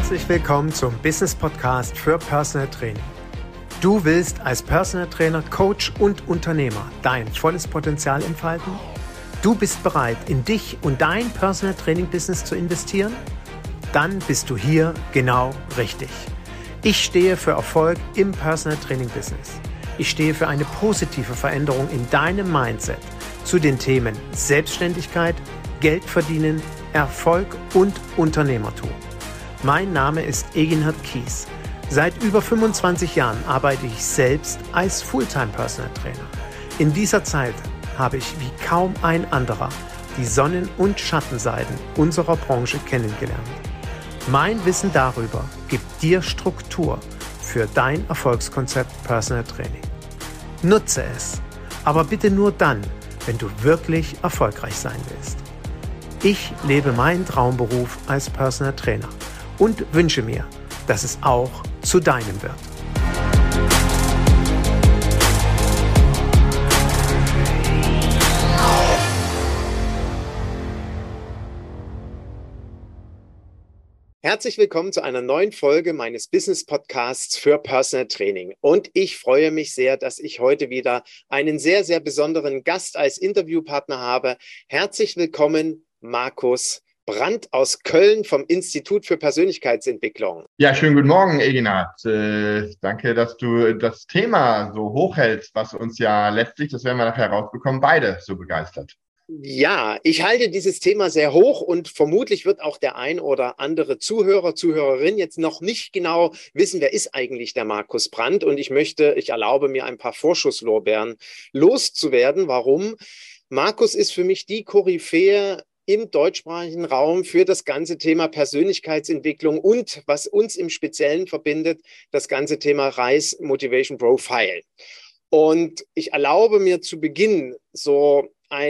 Herzlich willkommen zum Business Podcast für Personal Training. Du willst als Personal Trainer, Coach und Unternehmer dein volles Potenzial entfalten? Du bist bereit, in dich und dein Personal Training Business zu investieren? Dann bist du hier genau richtig. Ich stehe für Erfolg im Personal Training Business. Ich stehe für eine positive Veränderung in deinem Mindset zu den Themen Selbstständigkeit, Geld verdienen, Erfolg und Unternehmertum. Mein Name ist Eginhard Kies. Seit über 25 Jahren arbeite ich selbst als Fulltime Personal Trainer. In dieser Zeit habe ich wie kaum ein anderer die Sonnen- und Schattenseiten unserer Branche kennengelernt. Mein Wissen darüber gibt dir Struktur für dein Erfolgskonzept Personal Training. Nutze es, aber bitte nur dann, wenn du wirklich erfolgreich sein willst. Ich lebe meinen Traumberuf als Personal Trainer und wünsche mir, dass es auch zu deinem wird. Herzlich willkommen zu einer neuen Folge meines Business Podcasts für Personal Training. Und ich freue mich sehr, dass ich heute wieder einen sehr, sehr besonderen Gast als Interviewpartner habe. Herzlich willkommen, Markus Brandt aus Köln vom Institut für Persönlichkeitsentwicklung. Ja, schönen guten Morgen, Eginhard. Danke, dass du das Thema so hochhältst, was uns ja letztlich, das werden wir nachher rausbekommen, beide so begeistert. Ja, ich halte dieses Thema sehr hoch und vermutlich wird auch der ein oder andere Zuhörer, Zuhörerin jetzt noch nicht genau wissen, wer ist eigentlich der Markus Brandt. Und ich erlaube mir ein paar Vorschusslorbeeren loszuwerden. Warum? Markus ist für mich die Koryphäe im deutschsprachigen Raum für das ganze Thema Persönlichkeitsentwicklung und was uns im Speziellen verbindet, das ganze Thema RISE Motivation Profile. Und ich erlaube mir zu Beginn so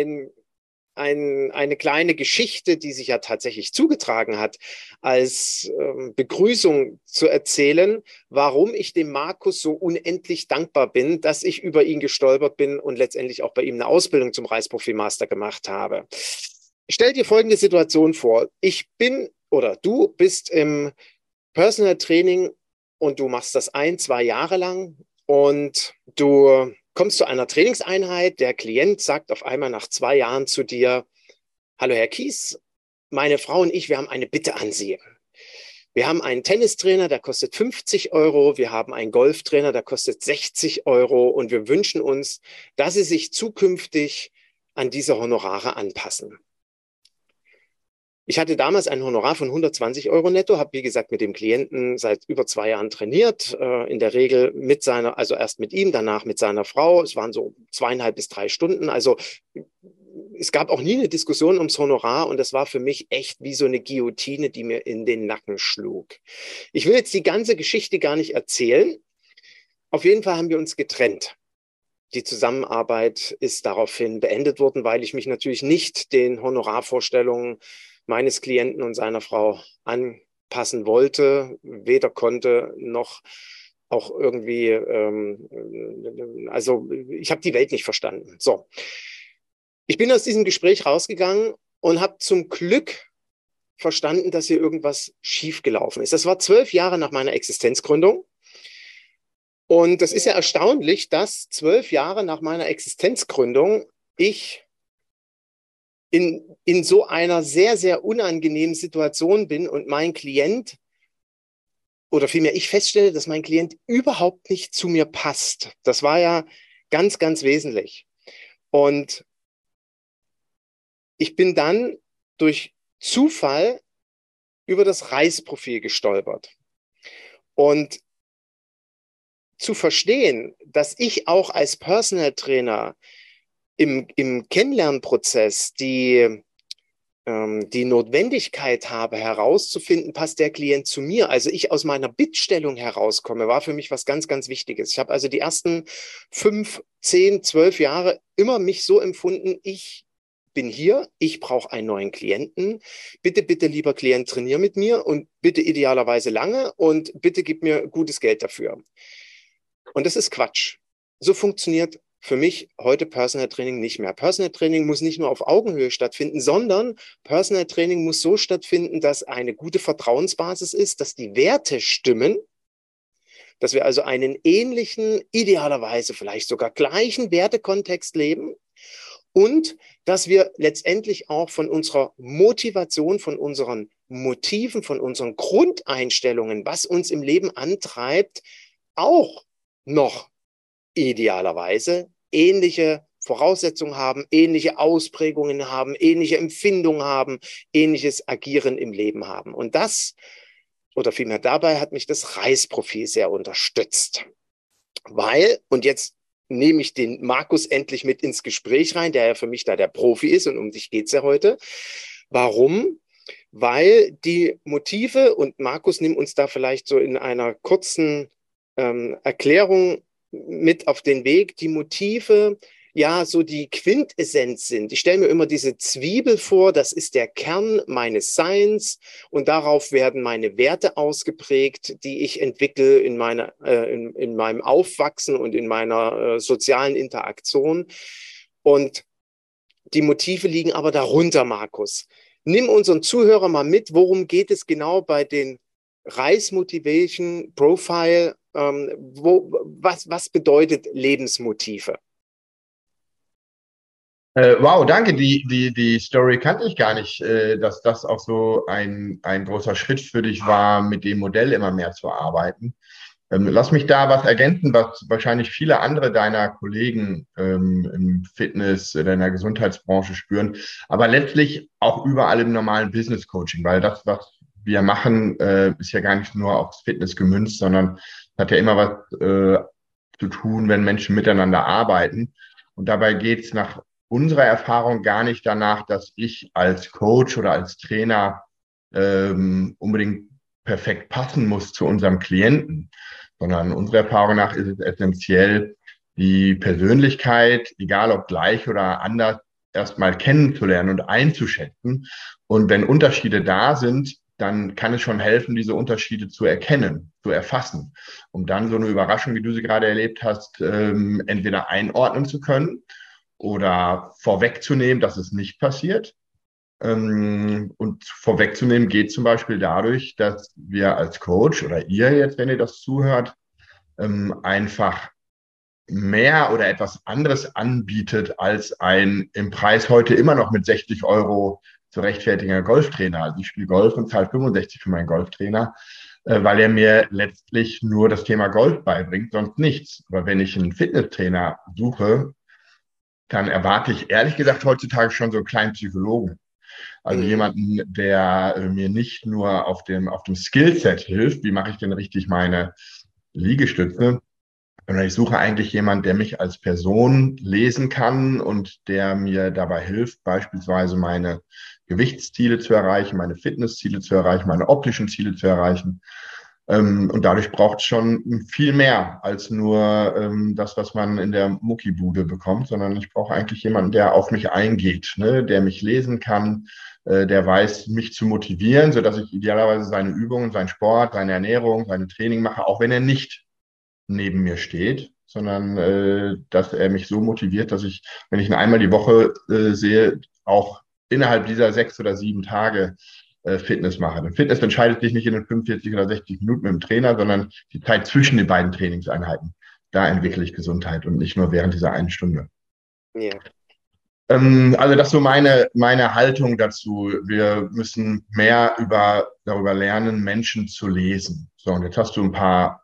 eine kleine Geschichte, die sich ja tatsächlich zugetragen hat, als Begrüßung zu erzählen, warum ich dem Markus so unendlich dankbar bin, dass ich über ihn gestolpert bin und letztendlich auch bei ihm eine Ausbildung zum RISE-Profil-Master gemacht habe. Stell dir folgende Situation vor. Du bist im Personal Training und du machst das 1-2 Jahre lang und du kommst zu einer Trainingseinheit, der Klient sagt auf einmal nach 2 Jahren zu dir: Hallo Herr Kies, meine Frau und ich, wir haben eine Bitte an Sie. Wir haben einen Tennistrainer, der kostet 50 Euro, wir haben einen Golftrainer, der kostet 60 Euro und wir wünschen uns, dass Sie sich zukünftig an diese Honorare anpassen. Ich hatte damals ein Honorar von 120 Euro netto, habe wie gesagt mit dem Klienten seit über 2 Jahren trainiert, in der Regel also erst mit ihm, danach mit seiner Frau. Es waren so 2,5 bis 3 Stunden. Also es gab auch nie eine Diskussion ums Honorar und das war für mich echt wie so eine Guillotine, die mir in den Nacken schlug. Ich will jetzt die ganze Geschichte gar nicht erzählen. Auf jeden Fall haben wir uns getrennt. Die Zusammenarbeit ist daraufhin beendet worden, weil ich mich natürlich nicht den Honorarvorstellungen meines Klienten und seiner Frau anpassen wollte, weder konnte noch auch irgendwie, also ich habe die Welt nicht verstanden. So, ich bin aus diesem Gespräch rausgegangen und habe zum Glück verstanden, dass hier irgendwas schiefgelaufen ist. Das war 12 Jahre nach meiner Existenzgründung. Und das ist ja erstaunlich, dass 12 Jahre nach meiner Existenzgründung ich in so einer sehr, sehr unangenehmen Situation bin und mein Klient, oder vielmehr ich feststelle, dass mein Klient überhaupt nicht zu mir passt. Das war ja ganz, ganz wesentlich. Und ich bin dann durch Zufall über das RISE-Profil gestolpert. Und zu verstehen, dass ich auch als Personal Trainer im Kennenlernprozess die Notwendigkeit habe, herauszufinden, passt der Klient zu mir. Also ich aus meiner Bittstellung herauskomme, war für mich was ganz, ganz Wichtiges. Ich habe also die ersten 5, 10, 12 Jahre immer mich so empfunden, ich bin hier, ich brauche einen neuen Klienten. Bitte, bitte, lieber Klient, trainier mit mir und bitte idealerweise lange und bitte gib mir gutes Geld dafür. Und das ist Quatsch. So funktioniert für mich heute Personal Training nicht mehr. Personal Training muss nicht nur auf Augenhöhe stattfinden, sondern Personal Training muss so stattfinden, dass eine gute Vertrauensbasis ist, dass die Werte stimmen, dass wir also einen ähnlichen, idealerweise vielleicht sogar gleichen Wertekontext leben und dass wir letztendlich auch von unserer Motivation, von unseren Motiven, von unseren Grundeinstellungen, was uns im Leben antreibt, auch noch idealerweise ähnliche Voraussetzungen haben, ähnliche Ausprägungen haben, ähnliche Empfindungen haben, ähnliches Agieren im Leben haben. Und das, oder vielmehr dabei, hat mich das RISE-Profil sehr unterstützt. Weil, und jetzt nehme ich den Markus endlich mit ins Gespräch rein, der ja für mich da der Profi ist und um dich geht es ja heute. Warum? Weil die Motive, und Markus nimmt uns da vielleicht so in einer kurzen Erklärung mit auf den Weg, die Motive ja so die Quintessenz sind. Ich stelle mir immer diese Zwiebel vor, das ist der Kern meines Seins und darauf werden meine Werte ausgeprägt, die ich entwickle in meinem Aufwachsen und in meiner sozialen Interaktion. Und die Motive liegen aber darunter, Markus. Nimm unseren Zuhörer mal mit, worum geht es genau bei den RISE Motivation Profile? Was bedeutet Lebensmotive? Wow, danke. Die Story kannte ich gar nicht, dass das auch so ein großer Schritt für dich war, mit dem Modell immer mehr zu arbeiten. Lass mich da was ergänzen, was wahrscheinlich viele andere deiner Kollegen im Fitness, in der Gesundheitsbranche spüren, aber letztlich auch überall im normalen Business Coaching, weil das, was wir machen, ist ja gar nicht nur aufs Fitness gemünzt, sondern hat ja immer was zu tun, wenn Menschen miteinander arbeiten. Und dabei geht es nach unserer Erfahrung gar nicht danach, dass ich als Coach oder als Trainer unbedingt perfekt passen muss zu unserem Klienten, sondern unserer Erfahrung nach ist es essentiell, die Persönlichkeit, egal ob gleich oder anders, erstmal kennenzulernen und einzuschätzen. Und wenn Unterschiede da sind, dann kann es schon helfen, diese Unterschiede zu erkennen, zu erfassen, um dann so eine Überraschung, wie du sie gerade erlebt hast, entweder einordnen zu können oder vorwegzunehmen, dass es nicht passiert. Und vorwegzunehmen geht zum Beispiel dadurch, dass wir als Coach oder ihr jetzt, wenn ihr das zuhört, einfach mehr oder etwas anderes anbietet als ein im Preis heute immer noch mit 60 Euro zu rechtfertiger Golftrainer. Also ich spiele Golf und zahle 65 für meinen Golftrainer, weil er mir letztlich nur das Thema Golf beibringt, sonst nichts. Aber wenn ich einen Fitnesstrainer suche, dann erwarte ich ehrlich gesagt heutzutage schon so einen kleinen Psychologen. Also jemanden, der mir nicht nur auf dem Skillset hilft, wie mache ich denn richtig meine Liegestütze, sondern ich suche eigentlich jemanden, der mich als Person lesen kann und der mir dabei hilft, beispielsweise meine Gewichtsziele zu erreichen, meine Fitnessziele zu erreichen, meine optischen Ziele zu erreichen. Und dadurch braucht es schon viel mehr als nur das, was man in der Muckibude bekommt, sondern ich brauche eigentlich jemanden, der auf mich eingeht, ne? Der mich lesen kann, der weiß, mich zu motivieren, sodass ich idealerweise seine Übungen, seinen Sport, seine Ernährung, seine Training mache, auch wenn er nicht neben mir steht, sondern dass er mich so motiviert, dass ich, wenn ich ihn einmal die Woche sehe, auch innerhalb dieser 6 oder 7 Tage Fitness mache. Und Fitness entscheidet sich nicht in den 45 oder 60 Minuten mit dem Trainer, sondern die Zeit zwischen den beiden Trainingseinheiten. Da entwickle ich Gesundheit und nicht nur während dieser 1 Stunde. Ja. Also das ist so meine Haltung dazu. Wir müssen mehr darüber lernen, Menschen zu lesen. So, und jetzt hast du ein paar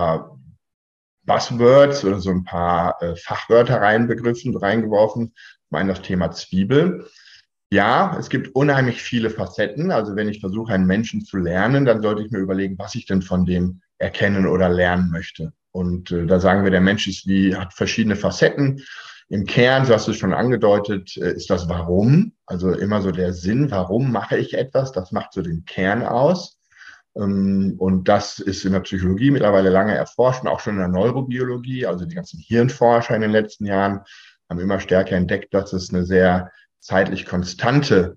Buzzwords oder so ein paar Fachwörter reingeworfen. Ich meine das Thema Zwiebel. Ja, es gibt unheimlich viele Facetten. Also wenn ich versuche, einen Menschen zu lernen, dann sollte ich mir überlegen, was ich denn von dem erkennen oder lernen möchte. Und da sagen wir, der Mensch hat verschiedene Facetten. Im Kern, so hast du es schon angedeutet, ist das Warum. Also immer so der Sinn, warum mache ich etwas? Das macht so den Kern aus. Und das ist in der Psychologie mittlerweile lange erforscht und auch schon in der Neurobiologie. Also die ganzen Hirnforscher in den letzten Jahren haben immer stärker entdeckt, dass es eine sehr zeitlich konstanter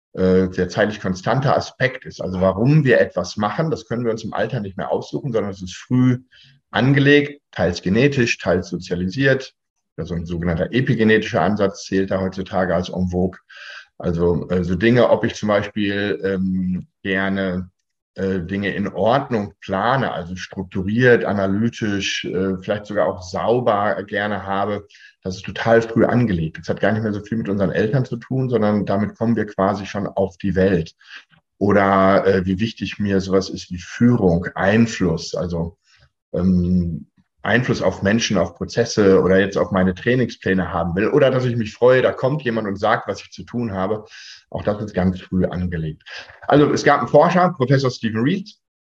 Aspekt ist. Also warum wir etwas machen, das können wir uns im Alter nicht mehr aussuchen, sondern es ist früh angelegt, teils genetisch, teils sozialisiert. Also ein sogenannter epigenetischer Ansatz zählt da heutzutage als en vogue. Also so Dinge, ob ich zum Beispiel gerne Dinge in Ordnung plane, also strukturiert, analytisch, vielleicht sogar auch sauber gerne habe, das ist total früh angelegt. Das hat gar nicht mehr so viel mit unseren Eltern zu tun, sondern damit kommen wir quasi schon auf die Welt. Oder wie wichtig mir sowas ist wie Führung, Einfluss, also Einfluss auf Menschen, auf Prozesse oder jetzt auf meine Trainingspläne haben will. Oder dass ich mich freue, da kommt jemand und sagt, was ich zu tun habe. Auch das ist ganz früh angelegt. Also es gab einen Forscher, Professor Stephen Reed,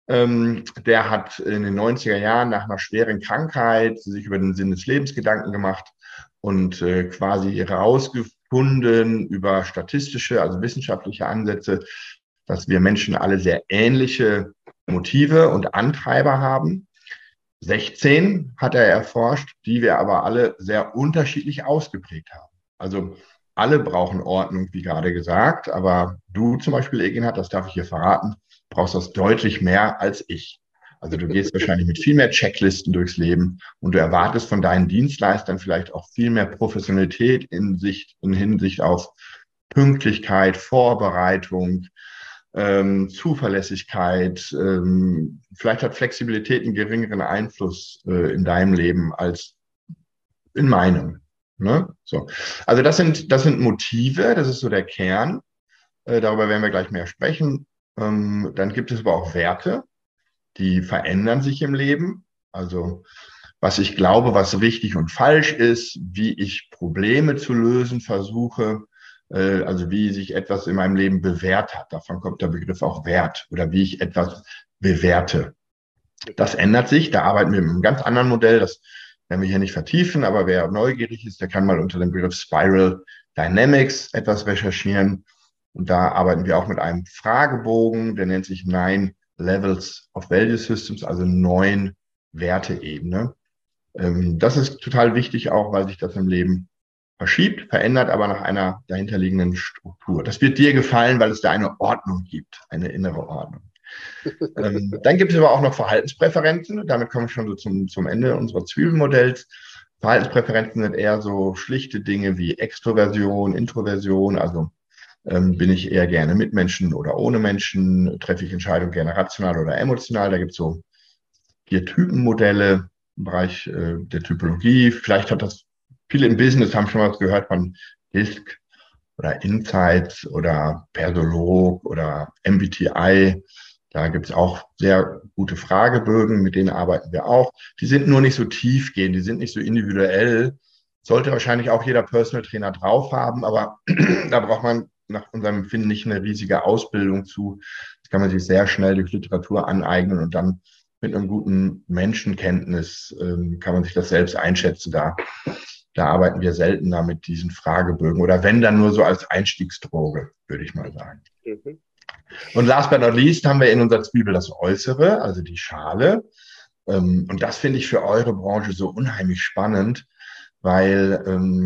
der hat in den 90er Jahren nach einer schweren Krankheit sich über den Sinn des Lebens Gedanken gemacht und quasi herausgefunden über statistische, also wissenschaftliche Ansätze, dass wir Menschen alle sehr ähnliche Motive und Antreiber haben. 16 hat er erforscht, die wir aber alle sehr unterschiedlich ausgeprägt haben. Also alle brauchen Ordnung, wie gerade gesagt, aber du zum Beispiel, Eginhard, das darf ich hier verraten, brauchst das deutlich mehr als ich. Also du gehst wahrscheinlich mit viel mehr Checklisten durchs Leben und du erwartest von deinen Dienstleistern vielleicht auch viel mehr Professionalität in Hinsicht auf Pünktlichkeit, Vorbereitung, Zuverlässigkeit, vielleicht hat Flexibilität einen geringeren Einfluss in deinem Leben als in meinem. Ne? So. Also das sind Motive, das ist so der Kern. Darüber werden wir gleich mehr sprechen. Dann gibt es aber auch Werte, die verändern sich im Leben. Also was ich glaube, was richtig und falsch ist, wie ich Probleme zu lösen versuche, also wie sich etwas in meinem Leben bewährt hat. Davon kommt der Begriff auch Wert oder wie ich etwas bewerte. Das ändert sich. Da arbeiten wir mit einem ganz anderen Modell. Das werden wir hier nicht vertiefen, aber wer neugierig ist, der kann mal unter dem Begriff Spiral Dynamics etwas recherchieren. Und da arbeiten wir auch mit einem Fragebogen, der nennt sich 9 Levels of Value Systems, also 9 Werteebene. Das ist total wichtig auch, weil sich das im Leben verschiebt, verändert, aber nach einer dahinterliegenden Struktur. Das wird dir gefallen, weil es da eine Ordnung gibt, eine innere Ordnung. Dann gibt es aber auch noch Verhaltenspräferenzen. Damit kommen wir schon so zum Ende unseres Zwiebelmodells. Verhaltenspräferenzen sind eher so schlichte Dinge wie Extroversion, Introversion. Also bin ich eher gerne mit Menschen oder ohne Menschen? Treffe ich Entscheidungen gerne rational oder emotional? Da gibt es so 4 Typenmodelle im Bereich der Typologie. Vielleicht hat das viele im Business haben schon was gehört von DISC oder Insights oder Persolog oder MBTI. Da gibt es auch sehr gute Fragebögen, mit denen arbeiten wir auch. Die sind nur nicht so tiefgehend, die sind nicht so individuell. Sollte wahrscheinlich auch jeder Personal Trainer drauf haben, aber da braucht man nach unserem Empfinden nicht eine riesige Ausbildung zu. Das kann man sich sehr schnell durch Literatur aneignen und dann mit einem guten Menschenkenntnis kann man sich das selbst einschätzen. Da arbeiten wir seltener mit diesen Fragebögen oder wenn dann nur so als Einstiegsdroge, würde ich mal sagen. Mhm. Und last but not least haben wir in unserer Zwiebel das Äußere, also die Schale. Und das finde ich für eure Branche so unheimlich spannend, weil,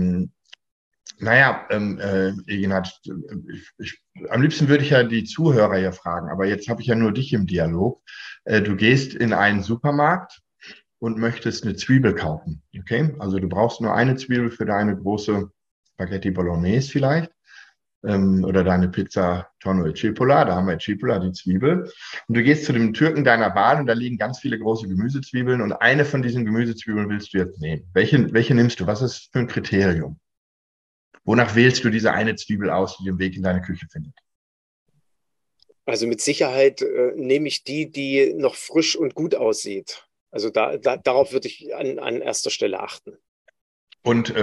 Eginhard, am liebsten würde ich ja die Zuhörer hier fragen, aber jetzt habe ich ja nur dich im Dialog. Du gehst in einen Supermarkt und möchtest eine Zwiebel kaufen, okay? Also du brauchst nur eine Zwiebel für deine große Spaghetti Bolognese vielleicht oder deine Pizza Tonno e Cipolla, da haben wir Cipolla, die Zwiebel. Und du gehst zu dem Türken deiner Wahl und da liegen ganz viele große Gemüsezwiebeln und eine von diesen Gemüsezwiebeln willst du jetzt nehmen. Welche nimmst du? Was ist für ein Kriterium? Wonach wählst du diese eine Zwiebel aus, die den Weg in deine Küche findet? Also mit Sicherheit nehme ich die, die noch frisch und gut aussieht. Also darauf würde ich an erster Stelle achten. Und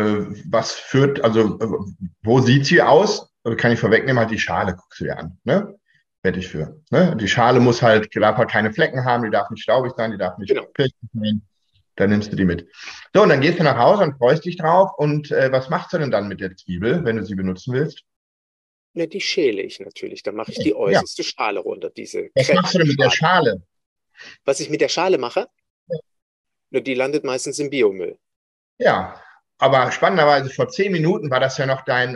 wo sieht sie aus? Kann ich vorwegnehmen, halt die Schale guckst du dir an, ne? Wette ich für. Ne? Die Schale darf halt keine Flecken haben, die darf nicht staubig sein, die darf nicht pirchig sein. Dann nimmst du die mit. So, und dann gehst du nach Hause und freust dich drauf. Und was machst du denn dann mit der Zwiebel, wenn du sie benutzen willst? Ja, die schäle ich natürlich. Dann mache ich die äußerste Schale runter. Was machst du denn mit der Schale? Was ich mit der Schale mache? Ja. Die landet meistens im Biomüll. Ja, aber spannenderweise vor 10 Minuten war das ja noch dein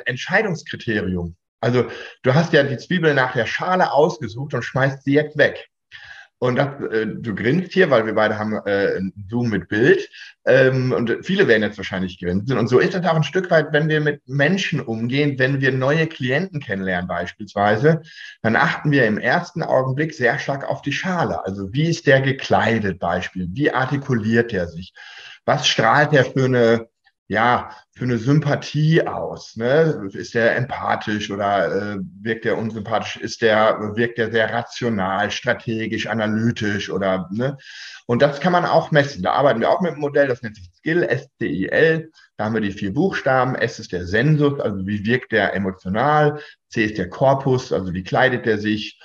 Entscheidungskriterium. Also du hast ja die Zwiebel nach der Schale ausgesucht und schmeißt sie jetzt weg. Und du grinst hier, weil wir beide haben einen Zoom mit Bild. Und viele werden jetzt wahrscheinlich grinsen. Und so ist es auch ein Stück weit, wenn wir mit Menschen umgehen, wenn wir neue Klienten kennenlernen beispielsweise, dann achten wir im ersten Augenblick sehr stark auf die Schale. Also wie ist der gekleidet Beispiel? Wie artikuliert der sich? Was strahlt der für eine Sympathie aus? Ne? Ist der empathisch oder wirkt der unsympathisch? Wirkt der sehr rational, strategisch, analytisch oder, ne? Und das kann man auch messen. Da arbeiten wir auch mit einem Modell, das nennt sich Skill, S-C-I-L. Da haben wir die 4 Buchstaben. S ist der Sensus, also wie wirkt der emotional. C ist der Korpus, also wie kleidet der sich.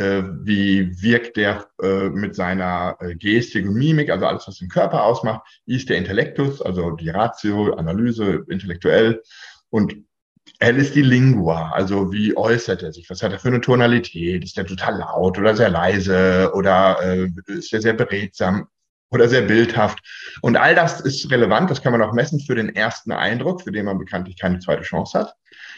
Wie wirkt der mit seiner Gestik und Mimik, also alles, was den Körper ausmacht. I ist der Intellektus, also die Ratio, Analyse, intellektuell. Und L ist die Lingua, also wie äußert er sich? Was hat er für eine Tonalität? Ist er total laut oder sehr leise oder ist er sehr beredsam oder sehr bildhaft? Und all das ist relevant, das kann man auch messen für den ersten Eindruck, für den man bekanntlich keine zweite Chance hat.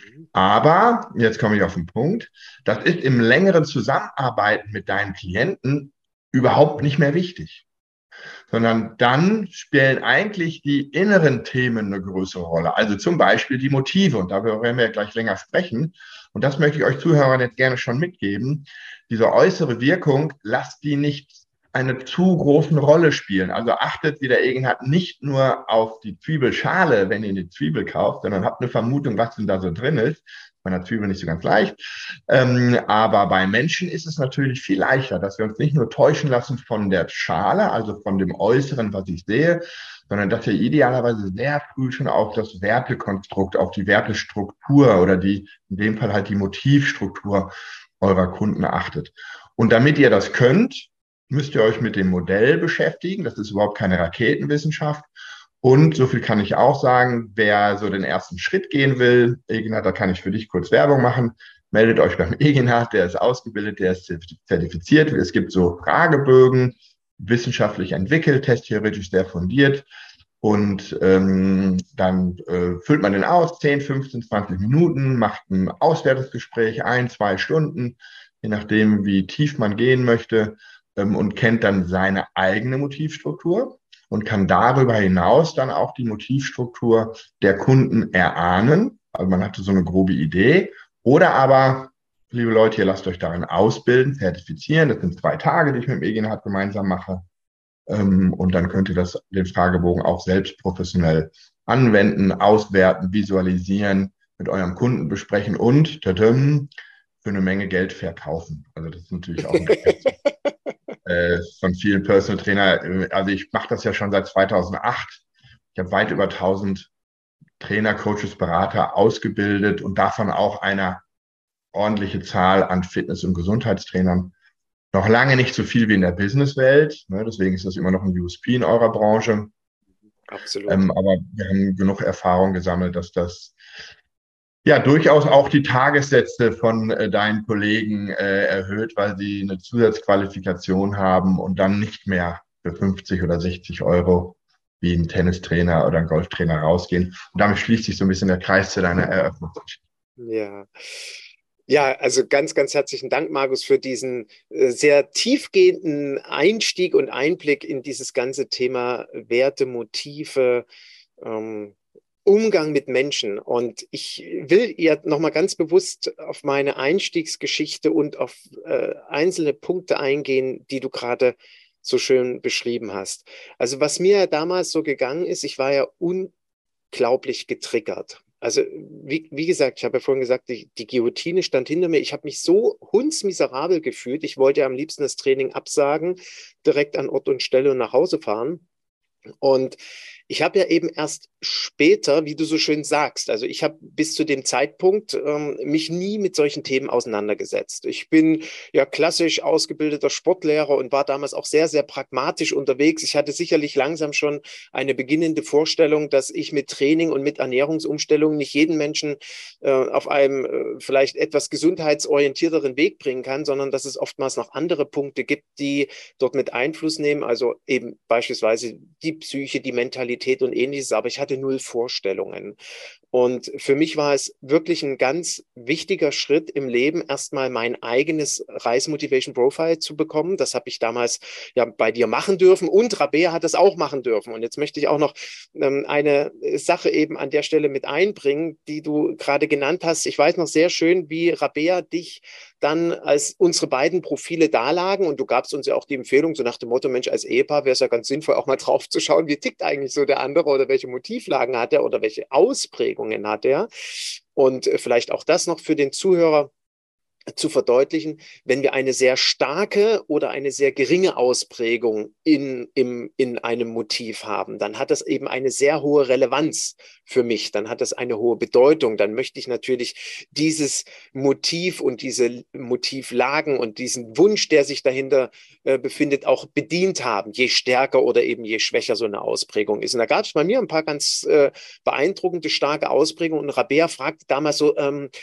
Aber, jetzt komme ich auf den Punkt, das ist im längeren Zusammenarbeiten mit deinen Klienten überhaupt nicht mehr wichtig, sondern dann spielen eigentlich die inneren Themen eine größere Rolle. Also zum Beispiel die Motive, und darüber werden wir ja gleich länger sprechen. Und das möchte ich euch Zuhörern jetzt gerne schon mitgeben. Diese äußere Wirkung, lasst die nicht eine zu großen Rolle spielen. Also achtet, wie der Egen hat, nicht nur auf die Zwiebelschale, wenn ihr eine Zwiebel kauft, sondern habt eine Vermutung, was denn da so drin ist. Bei einer Zwiebel nicht so ganz leicht. Aber bei Menschen ist es natürlich viel leichter, dass wir uns nicht nur täuschen lassen von der Schale, also von dem Äußeren, was ich sehe, sondern dass ihr idealerweise sehr früh schon auf das Wertekonstrukt, auf die Wertestruktur oder in dem Fall halt die Motivstruktur eurer Kunden achtet. Und damit ihr das könnt, müsst ihr euch mit dem Modell beschäftigen. Das ist überhaupt keine Raketenwissenschaft. Und so viel kann ich auch sagen, wer so den ersten Schritt gehen will, Eginhard, da kann ich für dich kurz Werbung machen. Meldet euch beim Eginhard, der ist ausgebildet, der ist zertifiziert. Es gibt so Fragebögen, wissenschaftlich entwickelt, testtheoretisch sehr fundiert. Und dann füllt man den aus, 10, 15, 20 Minuten, macht ein Auswertungsgespräch, 1, 2 Stunden, je nachdem, wie tief man gehen möchte, und kennt dann seine eigene Motivstruktur und kann darüber hinaus dann auch die Motivstruktur der Kunden erahnen. Also man hatte so eine grobe Idee. Oder aber, liebe Leute, ihr lasst euch darin ausbilden, zertifizieren. Das sind 2 Tage, die ich mit dem Eginhard gemeinsam mache. Und dann könnt ihr den Fragebogen auch selbst professionell anwenden, auswerten, visualisieren, mit eurem Kunden besprechen und für eine Menge Geld verkaufen. Also das ist natürlich auch ein von vielen Personal Trainer. Also ich mache das ja schon seit 2008. Ich habe weit über 1000 Trainer, Coaches, Berater ausgebildet und davon auch eine ordentliche Zahl an Fitness- und Gesundheitstrainern. Noch lange nicht so viel wie in der Businesswelt. Ne? Deswegen ist das immer noch ein USP in eurer Branche. Absolut. Aber wir haben genug Erfahrung gesammelt, dass das ja durchaus auch die Tagessätze von deinen Kollegen erhöht, weil sie eine Zusatzqualifikation haben und dann nicht mehr für 50 oder 60 Euro wie ein Tennistrainer oder ein Golftrainer rausgehen. Und damit schließt sich so ein bisschen der Kreis zu deiner Eröffnungsgeschichte. Ja. Ja, also ganz, ganz herzlichen Dank, Markus, für diesen sehr tiefgehenden Einstieg und Einblick in dieses ganze Thema Werte, Motive, Umgang mit Menschen. Und ich will ja nochmal ganz bewusst auf meine Einstiegsgeschichte und auf einzelne Punkte eingehen, die du gerade so schön beschrieben hast. Also was mir ja damals so gegangen ist, ich war ja unglaublich getriggert. Also wie gesagt, ich habe ja vorhin gesagt, die Guillotine stand hinter mir. Ich habe mich so hundsmiserabel gefühlt. Ich wollte ja am liebsten das Training absagen, direkt an Ort und Stelle und nach Hause fahren. Und ich habe ja eben erst später, wie du so schön sagst, also ich habe bis zu dem Zeitpunkt mich nie mit solchen Themen auseinandergesetzt. Ich bin ja klassisch ausgebildeter Sportlehrer und war damals auch sehr, sehr pragmatisch unterwegs. Ich hatte sicherlich langsam schon eine beginnende Vorstellung, dass ich mit Training und mit Ernährungsumstellung nicht jeden Menschen auf einem vielleicht etwas gesundheitsorientierteren Weg bringen kann, sondern dass es oftmals noch andere Punkte gibt, die dort mit Einfluss nehmen. Also eben beispielsweise die Psyche, die Mentalität, Spiritualität und Ähnliches, aber ich hatte null Vorstellungen. Und für mich war es wirklich ein ganz wichtiger Schritt im Leben, erstmal mein eigenes Rise Motivation Profile zu bekommen. Das habe ich damals ja bei dir machen dürfen und Rabea hat das auch machen dürfen. Und jetzt möchte ich auch noch eine Sache eben an der Stelle mit einbringen, die du gerade genannt hast. Ich weiß noch sehr schön, wie Rabea dich dann, als unsere beiden Profile da lagen, und du gabst uns ja auch die Empfehlung, so nach dem Motto, Mensch, als Ehepaar wäre es ja ganz sinnvoll, auch mal drauf zu schauen, wie tickt eigentlich so der andere oder welche Motivlagen hat er oder welche Ausprägungen hat er. Und vielleicht auch das noch für den Zuhörer zu verdeutlichen, wenn wir eine sehr starke oder eine sehr geringe Ausprägung in einem Motiv haben, dann hat das eben eine sehr hohe Relevanz für mich, dann hat das eine hohe Bedeutung, dann möchte ich natürlich dieses Motiv und diese Motivlagen und diesen Wunsch, der sich dahinter befindet, auch bedient haben, je stärker oder eben je schwächer so eine Ausprägung ist. Und da gab es bei mir ein paar ganz beeindruckende, starke Ausprägungen und Rabea fragte damals so,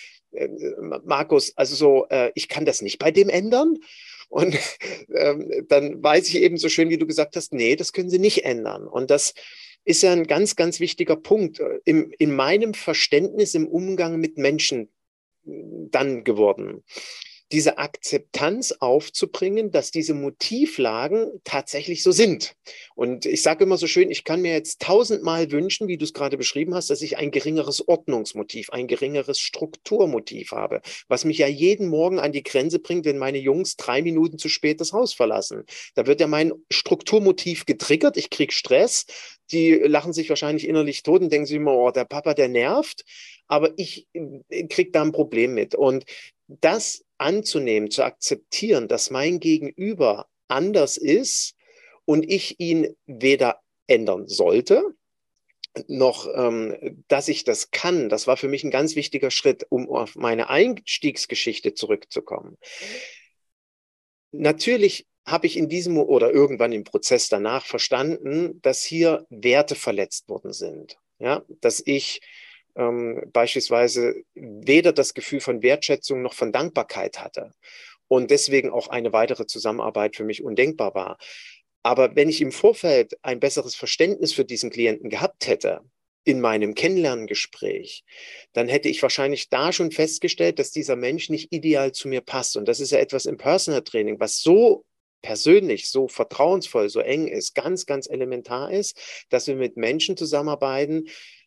Markus, also so, ich kann das nicht bei dem ändern. Und dann weiß ich eben so schön, wie du gesagt hast, nee, das können sie nicht ändern. Und das ist ja ein ganz, ganz wichtiger Punkt in meinem Verständnis im Umgang mit Menschen dann geworden, diese Akzeptanz aufzubringen, dass diese Motivlagen tatsächlich so sind. Und ich sage immer so schön, ich kann mir jetzt 1000-mal wünschen, wie du es gerade beschrieben hast, dass ich ein geringeres Ordnungsmotiv, ein geringeres Strukturmotiv habe, was mich ja jeden Morgen an die Grenze bringt, wenn meine Jungs 3 Minuten zu spät das Haus verlassen. Da wird ja mein Strukturmotiv getriggert, ich kriege Stress, die lachen sich wahrscheinlich innerlich tot und denken sich immer, oh, der Papa, der nervt, aber ich kriege da ein Problem mit. Und das anzunehmen, zu akzeptieren, dass mein Gegenüber anders ist und ich ihn weder ändern sollte, noch, dass ich das kann, das war für mich ein ganz wichtiger Schritt, um auf meine Einstiegsgeschichte zurückzukommen. Natürlich habe ich in diesem oder irgendwann im Prozess danach verstanden, dass hier Werte verletzt worden sind. Ja, dass ich beispielsweise weder das Gefühl von Wertschätzung noch von Dankbarkeit hatte und deswegen auch eine weitere Zusammenarbeit für mich undenkbar war. Aber wenn ich im Vorfeld ein besseres Verständnis für diesen Klienten gehabt hätte, in meinem Kennenlerngespräch, dann hätte ich wahrscheinlich da schon festgestellt, dass dieser Mensch nicht ideal zu mir passt. Und das ist ja etwas im Personal Training, was so persönlich, so vertrauensvoll, so eng ist, ganz, ganz elementar ist, dass wir mit Menschen zusammenarbeiten,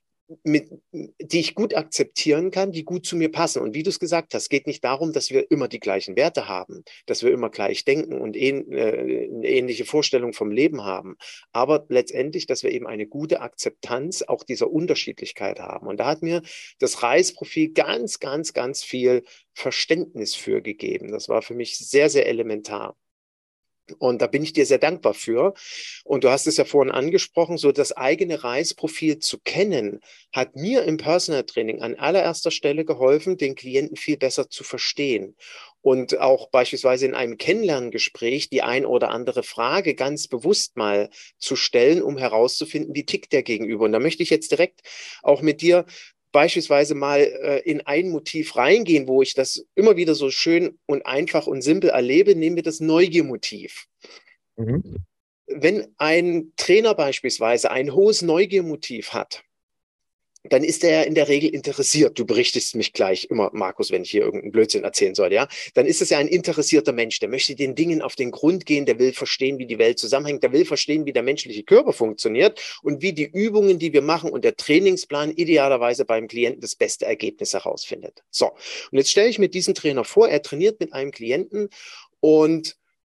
die ich gut akzeptieren kann, die gut zu mir passen. Und wie du es gesagt hast, geht nicht darum, dass wir immer die gleichen Werte haben, dass wir immer gleich denken und eine ähnliche Vorstellung vom Leben haben, aber letztendlich, dass wir eben eine gute Akzeptanz auch dieser Unterschiedlichkeit haben. Und da hat mir das Reisprofil ganz, ganz, ganz viel Verständnis für gegeben. Das war für mich sehr, sehr elementar. Und da bin ich dir sehr dankbar für. Und du hast es ja vorhin angesprochen, so das eigene Reisprofil zu kennen, hat mir im Personal Training an allererster Stelle geholfen, den Klienten viel besser zu verstehen. Und auch beispielsweise in einem Kennenlerngespräch die ein oder andere Frage ganz bewusst mal zu stellen, um herauszufinden, wie tickt der Gegenüber. Und da möchte ich jetzt direkt auch mit dir beispielsweise mal in ein Motiv reingehen, wo ich das immer wieder so schön und einfach und simpel erlebe, nehmen wir das Neugiermotiv. Mhm. Wenn ein Trainer beispielsweise ein hohes Neugiermotiv hat, dann ist er in der Regel interessiert. Du berichtest mich gleich immer, Markus, wenn ich hier irgendeinen Blödsinn erzählen soll, ja. Dann ist es ja ein interessierter Mensch, der möchte den Dingen auf den Grund gehen, der will verstehen, wie die Welt zusammenhängt, der will verstehen, wie der menschliche Körper funktioniert und wie die Übungen, die wir machen und der Trainingsplan idealerweise beim Klienten das beste Ergebnis herausfindet. So, und jetzt stelle ich mir diesen Trainer vor, er trainiert mit einem Klienten und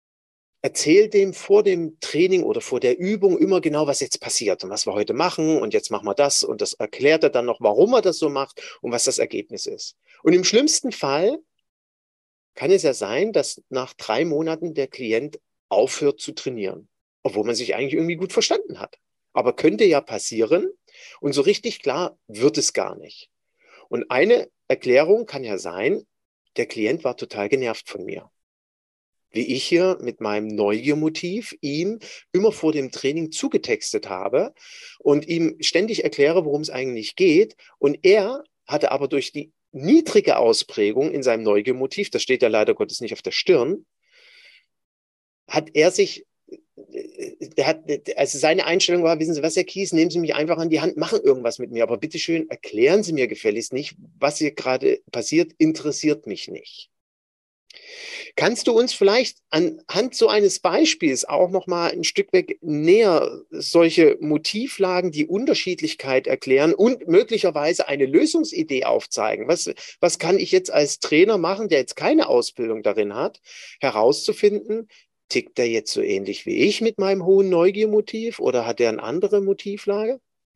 erzähl dem vor dem Training oder vor der Übung immer genau, was jetzt passiert und was wir heute machen und jetzt machen wir das und das erklärt er dann noch, warum er das so macht und was das Ergebnis ist. Und im schlimmsten Fall kann es ja sein, dass nach 3 Monaten der Klient aufhört zu trainieren, obwohl man sich eigentlich irgendwie gut verstanden hat. Aber könnte ja passieren und so richtig klar wird es gar nicht. Und eine Erklärung kann ja sein, der Klient war total genervt von mir. Wie ich hier mit meinem Neugiermotiv ihm immer vor dem Training zugetextet habe und ihm ständig erkläre, worum es eigentlich geht. Und er hatte aber durch die niedrige Ausprägung in seinem Neugiermotiv, das steht ja leider Gottes nicht auf der Stirn, hat er sich also seine Einstellung war, wissen Sie was, Herr Kies, nehmen Sie mich einfach an die Hand, machen irgendwas mit mir, aber bitteschön, erklären Sie mir gefälligst nicht, was hier gerade passiert, interessiert mich nicht. Kannst du uns vielleicht anhand so eines Beispiels auch noch mal ein Stück weg näher solche Motivlagen, die Unterschiedlichkeit erklären und möglicherweise eine Lösungsidee aufzeigen? Was kann ich jetzt als Trainer machen, der jetzt keine Ausbildung darin hat, herauszufinden, tickt der jetzt so ähnlich wie ich mit meinem hohen Neugiermotiv oder hat er eine andere Motivlage?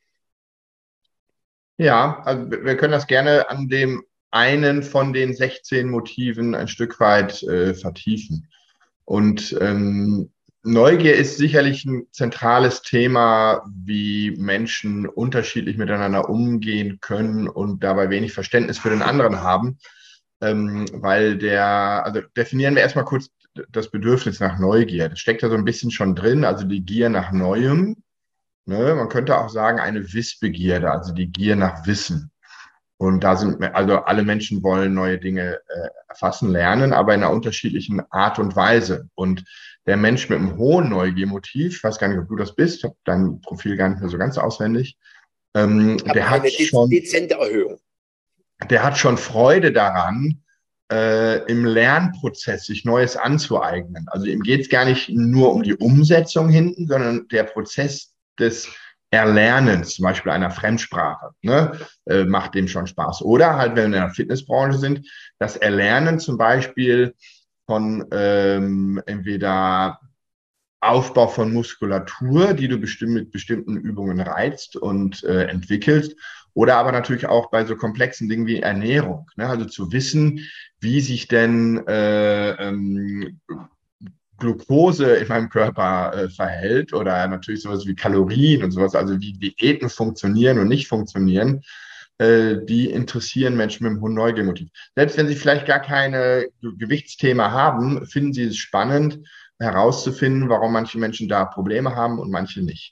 Ja, also wir können das gerne an dem einen von den 16 Motiven ein Stück weit vertiefen. Und Neugier ist sicherlich ein zentrales Thema, wie Menschen unterschiedlich miteinander umgehen können und dabei wenig Verständnis für den anderen haben. Also definieren wir erstmal kurz das Bedürfnis nach Neugier. Das steckt da so ein bisschen schon drin, also die Gier nach Neuem. Ne? Man könnte auch sagen, eine Wissbegierde, also die Gier nach Wissen. Und da sind, also alle Menschen wollen neue Dinge erfassen, lernen, aber in einer unterschiedlichen Art und Weise. Und der Mensch mit einem hohen Neugiermotiv, ich weiß gar nicht, ob du das bist, ich habe dein Profil gar nicht mehr so ganz auswendig, Aber eine dezente Erhöhung. Der hat schon Freude daran, im Lernprozess sich Neues anzueignen. Also ihm geht es gar nicht nur um die Umsetzung hinten, sondern der Prozess des Erlernens, zum Beispiel einer Fremdsprache, ne, macht dem schon Spaß. Oder halt, wenn wir in der Fitnessbranche sind, das Erlernen zum Beispiel von entweder Aufbau von Muskulatur, die du mit bestimmten Übungen reizt und entwickelst, oder aber natürlich auch bei so komplexen Dingen wie Ernährung. Ne? Also zu wissen, wie sich denn Glucose in meinem Körper verhält oder natürlich sowas wie Kalorien und sowas, also wie Diäten funktionieren und nicht funktionieren, die interessieren Menschen mit einem hohen Neugiermotiv. Selbst wenn sie vielleicht gar keine Gewichtsthema haben, finden sie es spannend, herauszufinden, warum manche Menschen da Probleme haben und manche nicht.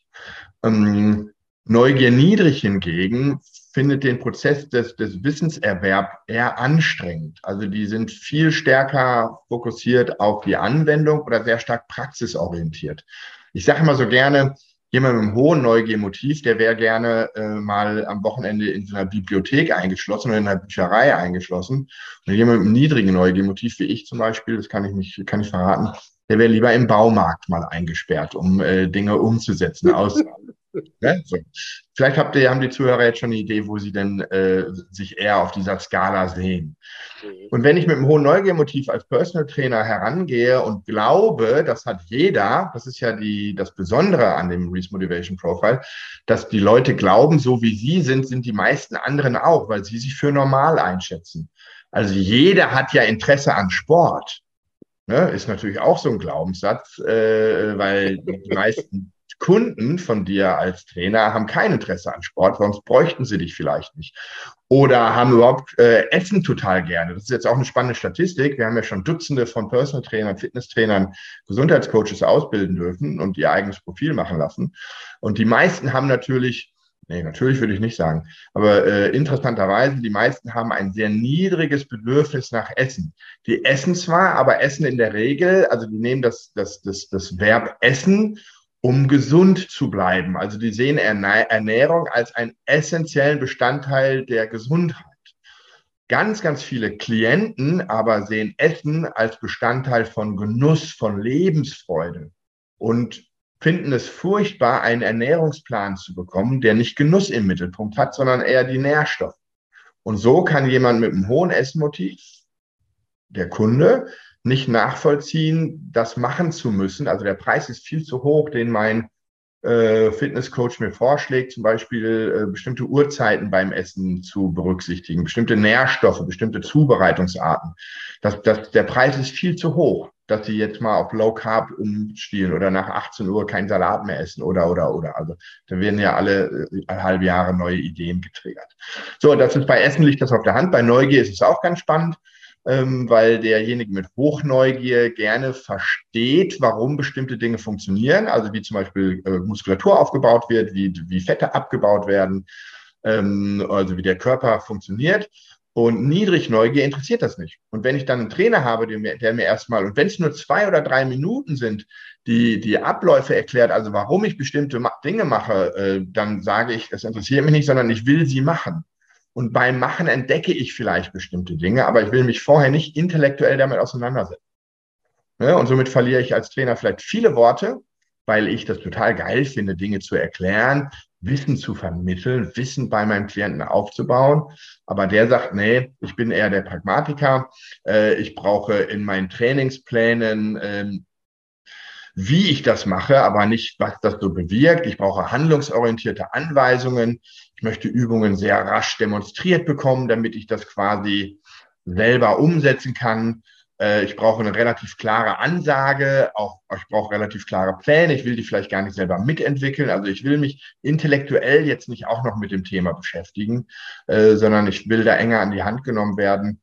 Neugier niedrig hingegen findet den Prozess des Wissenserwerbs eher anstrengend. Also die sind viel stärker fokussiert auf die Anwendung oder sehr stark praxisorientiert. Ich sage immer so gerne, jemand mit einem hohen Neugiermotiv, der wäre gerne mal am Wochenende in so einer Bibliothek eingeschlossen oder in einer Bücherei eingeschlossen. Und jemand mit einem niedrigen Neugiermotiv, wie ich zum Beispiel, das kann ich verraten, der wäre lieber im Baumarkt mal eingesperrt, um Dinge umzusetzen. Ne? So. Vielleicht haben die Zuhörer jetzt schon eine Idee, wo sie denn sich eher auf dieser Skala sehen. Und wenn ich mit einem hohen Neugiermotiv als Personal Trainer herangehe und glaube, das hat jeder, das ist ja das Besondere an dem Reese Motivation Profile, dass die Leute glauben, so wie sie sind die meisten anderen auch, weil sie sich für normal einschätzen. Also jeder hat ja Interesse an Sport. Ne? Ist natürlich auch so ein Glaubenssatz, weil die meisten Kunden von dir als Trainer haben kein Interesse an Sport, sonst bräuchten sie dich vielleicht nicht. Oder haben überhaupt Essen total gerne. Das ist jetzt auch eine spannende Statistik. Wir haben ja schon Dutzende von Personal Trainern, Fitnesstrainern, Gesundheitscoaches ausbilden dürfen und ihr eigenes Profil machen lassen. Und die meisten haben natürlich würde ich nicht sagen. Aber interessanterweise, die meisten haben ein sehr niedriges Bedürfnis nach Essen. Die essen zwar, aber essen in der Regel, also die nehmen das Verb essen, um gesund zu bleiben. Also die sehen Ernährung als einen essentiellen Bestandteil der Gesundheit. Ganz, ganz viele Klienten aber sehen Essen als Bestandteil von Genuss, von Lebensfreude und finden es furchtbar, einen Ernährungsplan zu bekommen, der nicht Genuss im Mittelpunkt hat, sondern eher die Nährstoffe. Und so kann jemand mit einem hohen Essmotiv, der Kunde, nicht nachvollziehen, das machen zu müssen. Also der Preis ist viel zu hoch, den mein Fitnesscoach mir vorschlägt, zum Beispiel bestimmte Uhrzeiten beim Essen zu berücksichtigen, bestimmte Nährstoffe, bestimmte Zubereitungsarten. Der Preis ist viel zu hoch, dass sie jetzt mal auf Low Carb umstielen oder nach 18 Uhr keinen Salat mehr essen oder. Also da werden ja alle halbe Jahre neue Ideen getriggert. So, das ist bei Essen liegt das auf der Hand. Bei Neugier ist es auch ganz spannend, weil derjenige mit Hochneugier gerne versteht, warum bestimmte Dinge funktionieren, also wie zum Beispiel Muskulatur aufgebaut wird, wie Fette abgebaut werden, also wie der Körper funktioniert. Und Niedrigneugier interessiert das nicht. Und wenn ich dann einen Trainer habe, der mir erstmal, und wenn es nur 2 oder 3 Minuten sind, die Abläufe erklärt, also warum ich bestimmte Dinge mache, dann sage ich, das interessiert mich nicht, sondern ich will sie machen. Und beim Machen entdecke ich vielleicht bestimmte Dinge, aber ich will mich vorher nicht intellektuell damit auseinandersetzen. Ne? Und somit verliere ich als Trainer vielleicht viele Worte, weil ich das total geil finde, Dinge zu erklären, Wissen zu vermitteln, Wissen bei meinem Klienten aufzubauen. Aber der sagt, nee, ich bin eher der Pragmatiker. Ich brauche in meinen Trainingsplänen, wie ich das mache, aber nicht, was das so bewirkt. Ich brauche handlungsorientierte Anweisungen. Ich möchte Übungen sehr rasch demonstriert bekommen, damit ich das quasi selber umsetzen kann. Ich brauche eine relativ klare Ansage, auch ich brauche relativ klare Pläne. Ich will die vielleicht gar nicht selber mitentwickeln. Also ich will mich intellektuell jetzt nicht auch noch mit dem Thema beschäftigen, sondern ich will da enger an die Hand genommen werden.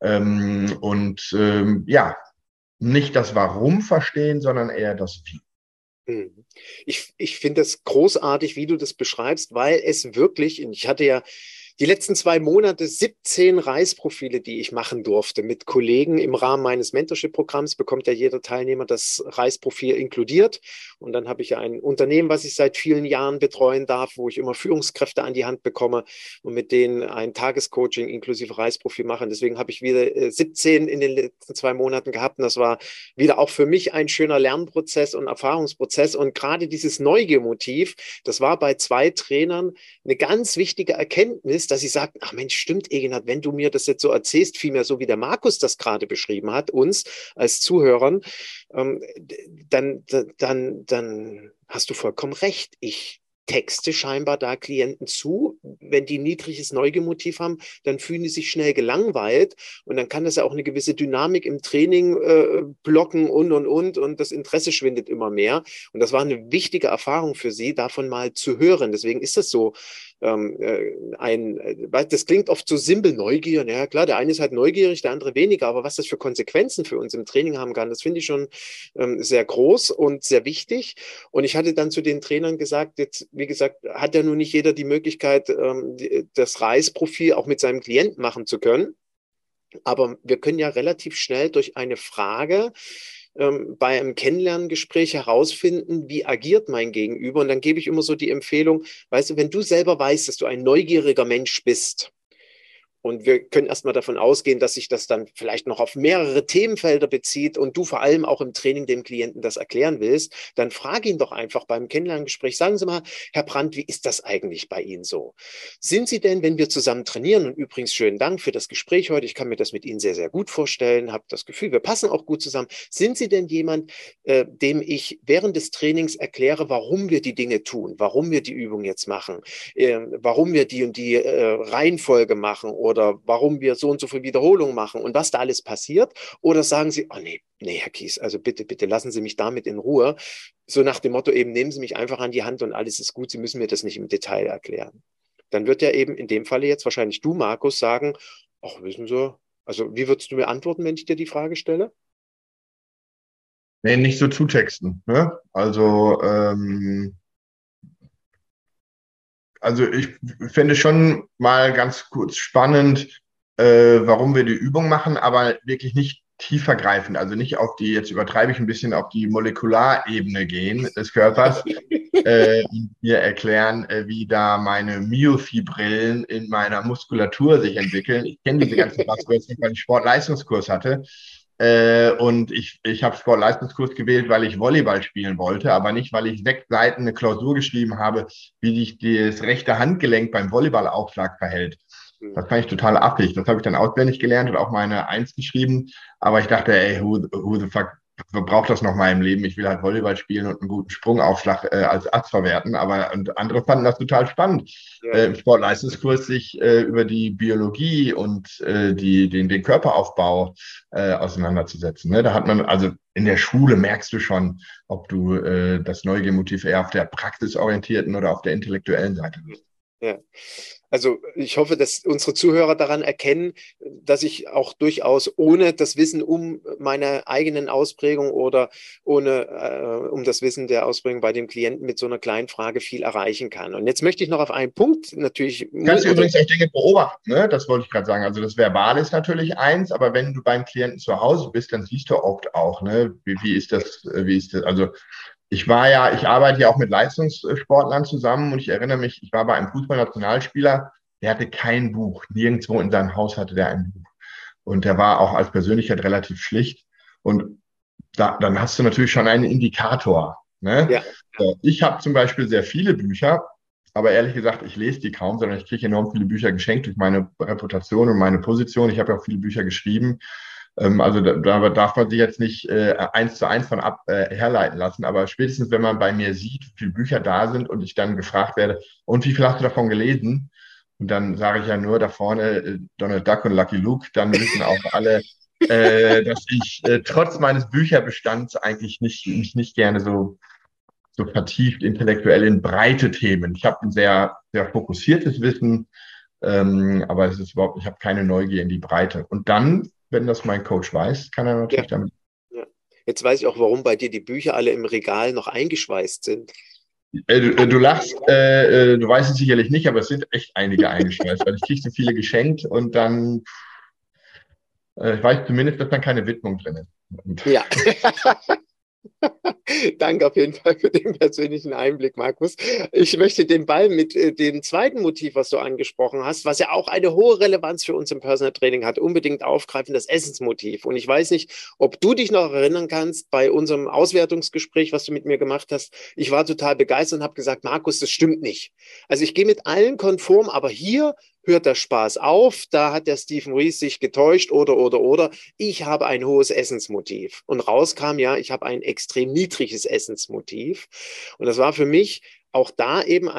Ja, nicht das Warum verstehen, sondern eher das Wie. Ich finde das großartig, wie du das beschreibst, weil es wirklich, ich hatte ja die letzten 2 Monate 17 Reisprofile, die ich machen durfte mit Kollegen. Im Rahmen meines Mentorship-Programms bekommt ja jeder Teilnehmer das Reisprofil inkludiert. Und dann habe ich ja ein Unternehmen, was ich seit vielen Jahren betreuen darf, wo ich immer Führungskräfte an die Hand bekomme und mit denen ein Tagescoaching inklusive Reisprofil mache. Und deswegen habe ich wieder 17 in den letzten 2 Monaten gehabt. Und das war wieder auch für mich ein schöner Lernprozess und Erfahrungsprozess. Und gerade dieses Neugiermotiv, das war bei 2 Trainern eine ganz wichtige Erkenntnis, dass sie sagten, ach Mensch, stimmt, Egenhard, wenn du mir das jetzt so erzählst, vielmehr so wie der Markus das gerade beschrieben hat, uns als Zuhörern, dann hast du vollkommen recht. Ich texte scheinbar da Klienten zu. Wenn die ein niedriges Neugiermotiv haben, dann fühlen die sich schnell gelangweilt und dann kann das ja auch eine gewisse Dynamik im Training blocken und das Interesse schwindet immer mehr. Und das war eine wichtige Erfahrung für sie, davon mal zu hören. Deswegen ist das so das klingt oft so simpel, Neugier. Ja klar, der eine ist halt neugierig, der andere weniger, aber was das für Konsequenzen für uns im Training haben kann, das finde ich schon sehr groß und sehr wichtig. Und ich hatte dann zu den Trainern gesagt, jetzt, wie gesagt, hat ja nun nicht jeder die Möglichkeit, das Reisprofil auch mit seinem Klient machen zu können. Aber wir können ja relativ schnell durch eine Frage bei einem Kennenlerngespräch herausfinden, wie agiert mein Gegenüber. Und dann gebe ich immer so die Empfehlung, weißt du, wenn du selber weißt, dass du ein neugieriger Mensch bist, und wir können erstmal davon ausgehen, dass sich das dann vielleicht noch auf mehrere Themenfelder bezieht und du vor allem auch im Training dem Klienten das erklären willst, dann frage ihn doch einfach beim Kennenlerngespräch, sagen Sie mal, Herr Brandt, wie ist das eigentlich bei Ihnen so? Sind Sie denn, wenn wir zusammen trainieren, und übrigens schönen Dank für das Gespräch heute, ich kann mir das mit Ihnen sehr, sehr gut vorstellen, habe das Gefühl, wir passen auch gut zusammen. Sind Sie denn jemand, dem ich während des Trainings erkläre, warum wir die Dinge tun, warum wir die Übung jetzt machen, warum wir die und die Reihenfolge machen oder warum wir so und so viel Wiederholungen machen und was da alles passiert? Oder sagen Sie, oh nee, Herr Kies, also bitte, bitte lassen Sie mich damit in Ruhe. So nach dem Motto eben, nehmen Sie mich einfach an die Hand und alles ist gut, Sie müssen mir das nicht im Detail erklären. Dann wird ja eben in dem Falle jetzt wahrscheinlich du, Markus, sagen, ach, wissen Sie, also wie würdest du mir antworten, wenn ich dir die Frage stelle? Nee, nicht so zutexten. Ne? Also ich fände schon mal ganz kurz spannend, warum wir die Übung machen, aber wirklich nicht tiefergreifend, also nicht auf die, jetzt übertreibe ich ein bisschen, auf die Molekularebene gehen des Körpers, und mir erklären, wie da meine Myofibrillen in meiner Muskulatur sich entwickeln. Ich kenne diese ganzen Buzzwords nicht, weil ich Sportleistungskurs hatte. Und ich habe Sportleistungskurs gewählt, weil ich Volleyball spielen wollte, aber nicht, weil ich 6 Seiten eine Klausur geschrieben habe, wie sich das rechte Handgelenk beim Volleyballaufschlag verhält. Das fand ich total affig. Das habe ich dann auswendig gelernt und auch meine Eins geschrieben. Aber ich dachte, ey, who the fuck braucht das noch mal im Leben? Ich will halt Volleyball spielen und einen guten Sprungaufschlag als Ass verwerten. Und andere fanden das total spannend, Ja. im Sportleistungskurs sich über die Biologie und den Körperaufbau auseinanderzusetzen. Ne? Da hat man, also in der Schule merkst du schon, ob du das Neugiermotiv eher auf der praxisorientierten oder auf der intellektuellen Seite bist. Ja. Also ich hoffe, dass unsere Zuhörer daran erkennen, dass ich auch durchaus ohne das Wissen um meine eigenen Ausprägung oder um das Wissen der Ausprägung bei dem Klienten mit so einer kleinen Frage viel erreichen kann. Und jetzt möchte ich noch auf einen Punkt natürlich, Kannst du oder übrigens auch Dinge beobachten, ne? Das wollte ich gerade sagen. Also das Verbale ist natürlich eins, aber wenn du beim Klienten zu Hause bist, dann siehst du oft auch, ne, wie ist das, also ich arbeite ja auch mit Leistungssportlern zusammen und ich erinnere mich, ich war bei einem Fußballnationalspieler, der hatte kein Buch. Nirgendwo in seinem Haus hatte der ein Buch. Und der war auch als Persönlichkeit relativ schlicht. Und dann hast du natürlich schon einen Indikator. Ne? ja, Ich habe zum Beispiel sehr viele Bücher, aber ehrlich gesagt, ich lese die kaum, sondern ich kriege enorm viele Bücher geschenkt durch meine Reputation und meine Position. Ich habe ja auch viele Bücher geschrieben. Also da darf man sich jetzt nicht eins zu eins von herleiten lassen, aber spätestens, wenn man bei mir sieht, wie viele Bücher da sind und ich dann gefragt werde, und wie viel hast du davon gelesen? Und dann sage ich ja nur da vorne Donald Duck und Lucky Luke, dann wissen auch alle, dass ich trotz meines Bücherbestands eigentlich mich nicht gerne so vertieft intellektuell in breite Themen. Ich habe ein sehr fokussiertes Wissen, aber es ist überhaupt, ich habe keine Neugier in die Breite. Und dann, wenn das mein Coach weiß, kann er ja, natürlich damit. ja. Jetzt weiß ich auch, warum bei dir die Bücher alle im Regal noch eingeschweißt sind. Du lachst, du weißt es sicherlich nicht, aber es sind echt einige eingeschweißt, weil ich kriege so viele geschenkt und dann ich weiß zumindest, dass dann keine Widmung drin ist. Und Ja. Danke auf jeden Fall für den persönlichen Einblick, Markus. Ich möchte den Ball mit dem zweiten Motiv, was du angesprochen hast, was ja auch eine hohe Relevanz für uns im Personal Training hat, unbedingt aufgreifen, das Essensmotiv. Und ich weiß nicht, ob du dich noch erinnern kannst, bei unserem Auswertungsgespräch, was du mit mir gemacht hast, ich war total begeistert und habe gesagt, Markus, das stimmt nicht. Also ich gehe mit allen konform, aber hier hört der Spaß auf, da hat der Stephen Rees sich getäuscht oder. Ich habe ein hohes Essensmotiv. Und rauskam, ja, ich habe ein extrem niedriges Essensmotiv. Und das war für mich auch da eben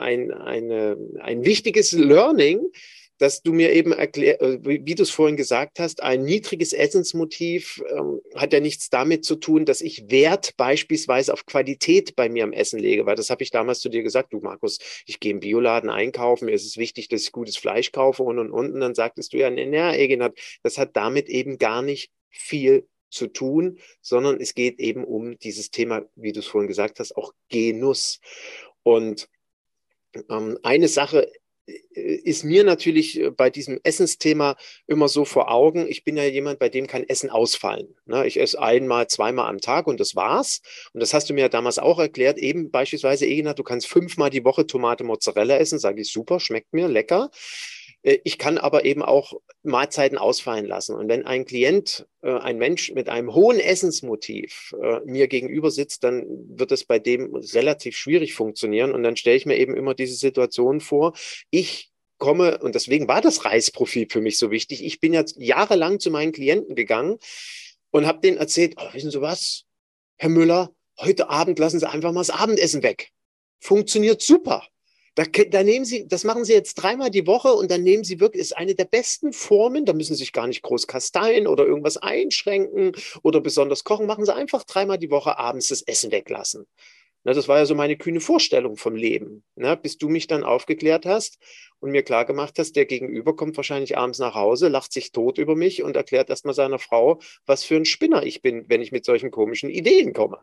ein wichtiges Learning, dass du mir eben erklärst, wie du es vorhin gesagt hast, ein niedriges Essensmotiv hat ja nichts damit zu tun, dass ich Wert beispielsweise auf Qualität bei mir am Essen lege, weil das habe ich damals zu dir gesagt, du Markus, ich gehe im Bioladen einkaufen, mir ist es wichtig, dass ich gutes Fleisch kaufe und dann sagtest du ja, na, Eginat, das hat damit eben gar nicht viel zu tun, sondern es geht eben um dieses Thema, wie du es vorhin gesagt hast, auch Genuss. Und eine Sache ist mir natürlich bei diesem Essensthema immer so vor Augen. Ich bin ja jemand, bei dem kann Essen ausfallen. Ne? Ich esse einmal, zweimal am Tag und das war's. Und das hast du mir ja damals auch erklärt. Eben beispielsweise, Egina, du kannst 5-mal die Woche Tomate Mozzarella essen. Sage ich, super, schmeckt mir, lecker. Ich kann aber eben auch Mahlzeiten ausfallen lassen. Und wenn ein Klient, ein Mensch mit einem hohen Essensmotiv mir gegenüber sitzt, dann wird es bei dem relativ schwierig funktionieren. Und dann stelle ich mir eben immer diese Situation vor. Ich komme, und deswegen war das Reisprofil für mich so wichtig. Ich bin jetzt jahrelang zu meinen Klienten gegangen und habe denen erzählt, oh, wissen Sie was, Herr Müller, heute Abend lassen Sie einfach mal das Abendessen weg. Funktioniert super. Da nehmen Sie, das machen Sie jetzt 3-mal die Woche und dann nehmen Sie wirklich, ist eine der besten Formen, da müssen Sie sich gar nicht groß kasteien oder irgendwas einschränken oder besonders kochen, machen Sie einfach 3-mal die Woche abends das Essen weglassen. Na, das war ja so meine kühne Vorstellung vom Leben, ne, bis du mich dann aufgeklärt hast und mir klargemacht hast, der Gegenüber kommt wahrscheinlich abends nach Hause, lacht sich tot über mich und erklärt erstmal seiner Frau, was für ein Spinner ich bin, wenn ich mit solchen komischen Ideen komme.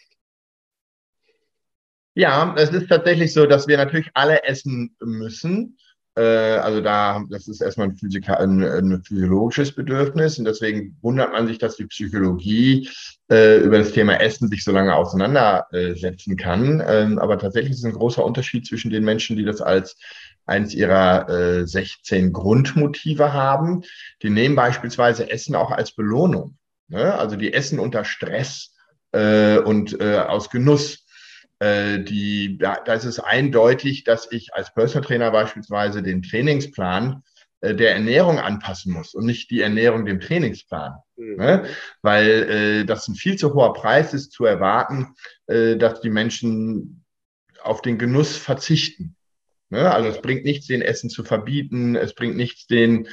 ja, es ist tatsächlich so, dass wir natürlich alle essen müssen. Also das ist erstmal ein physiologisches Bedürfnis und deswegen wundert man sich, dass die Psychologie über das Thema Essen sich so lange auseinandersetzen kann. Aber tatsächlich ist es ein großer Unterschied zwischen den Menschen, die das als eins ihrer 16 Grundmotive haben. Die nehmen beispielsweise Essen auch als Belohnung. Ne? Also die essen unter Stress und aus Genuss. Da ist es eindeutig, dass ich als Personal Trainer beispielsweise den Trainingsplan der Ernährung anpassen muss und nicht die Ernährung dem Trainingsplan. Ne? Mhm. Weil das ein viel zu hoher Preis ist, zu erwarten, dass die Menschen auf den Genuss verzichten. Ne? Also es bringt nichts, den Essen zu verbieten, es bringt nichts, den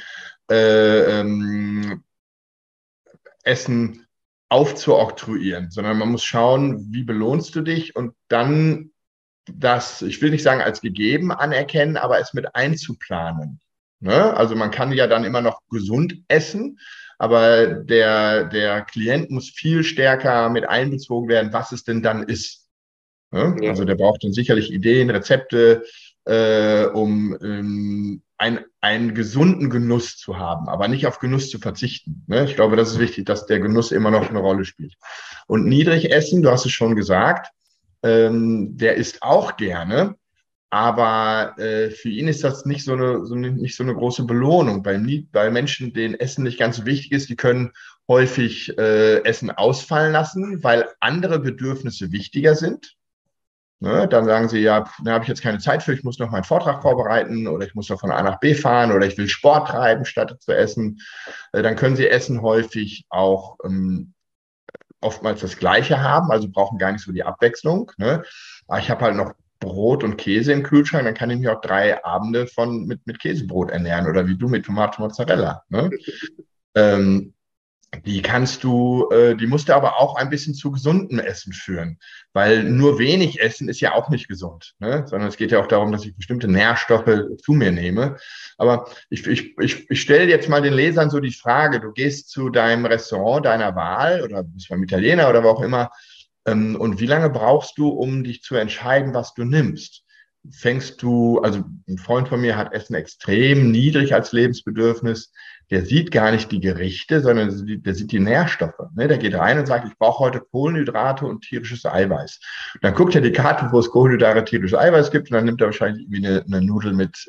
Essen aufzuoktroyieren, sondern man muss schauen, wie belohnst du dich und dann das, ich will nicht sagen als gegeben anerkennen, aber es mit einzuplanen. Ne? Also man kann ja dann immer noch gesund essen, aber der Klient muss viel stärker mit einbezogen werden, was es denn dann ist. Ne? Ja. Also der braucht dann sicherlich Ideen, Rezepte, um einen gesunden Genuss zu haben, aber nicht auf Genuss zu verzichten. Ne? Ich glaube, das ist wichtig, dass der Genuss immer noch eine Rolle spielt. Und niedrig essen, du hast es schon gesagt, der isst auch gerne, aber für ihn ist das nicht nicht so eine große Belohnung. Bei Menschen, denen Essen nicht ganz so wichtig ist, die können häufig Essen ausfallen lassen, weil andere Bedürfnisse wichtiger sind. Ne? Dann sagen sie, ja, da habe ich jetzt keine Zeit für, ich muss noch meinen Vortrag vorbereiten oder ich muss noch von A nach B fahren oder ich will Sport treiben, statt zu essen. Dann können sie Essen häufig auch oftmals das Gleiche haben, also brauchen gar nicht so die Abwechslung. Ne? Aber ich habe halt noch Brot und Käse im Kühlschrank, dann kann ich mich auch 3 Abende mit Käsebrot ernähren oder wie du mit Tomate Mozzarella. Ne? Ähm, die musst du aber auch ein bisschen zu gesundem Essen führen, weil nur wenig Essen ist ja auch nicht gesund, ne? Sondern es geht ja auch darum, dass ich bestimmte Nährstoffe zu mir nehme. Aber ich stelle jetzt mal den Lesern so die Frage, du gehst zu deinem Restaurant deiner Wahl oder bist beim Italiener oder wo auch immer, und wie lange brauchst du, um dich zu entscheiden, was du nimmst? Also ein Freund von mir hat Essen extrem niedrig als Lebensbedürfnis. Der sieht gar nicht die Gerichte, sondern der sieht die Nährstoffe. Ne? Der geht rein und sagt, ich brauche heute Kohlenhydrate und tierisches Eiweiß. Und dann guckt er die Karte, wo es Kohlenhydrate, tierisches Eiweiß gibt, und dann nimmt er wahrscheinlich irgendwie eine Nudel mit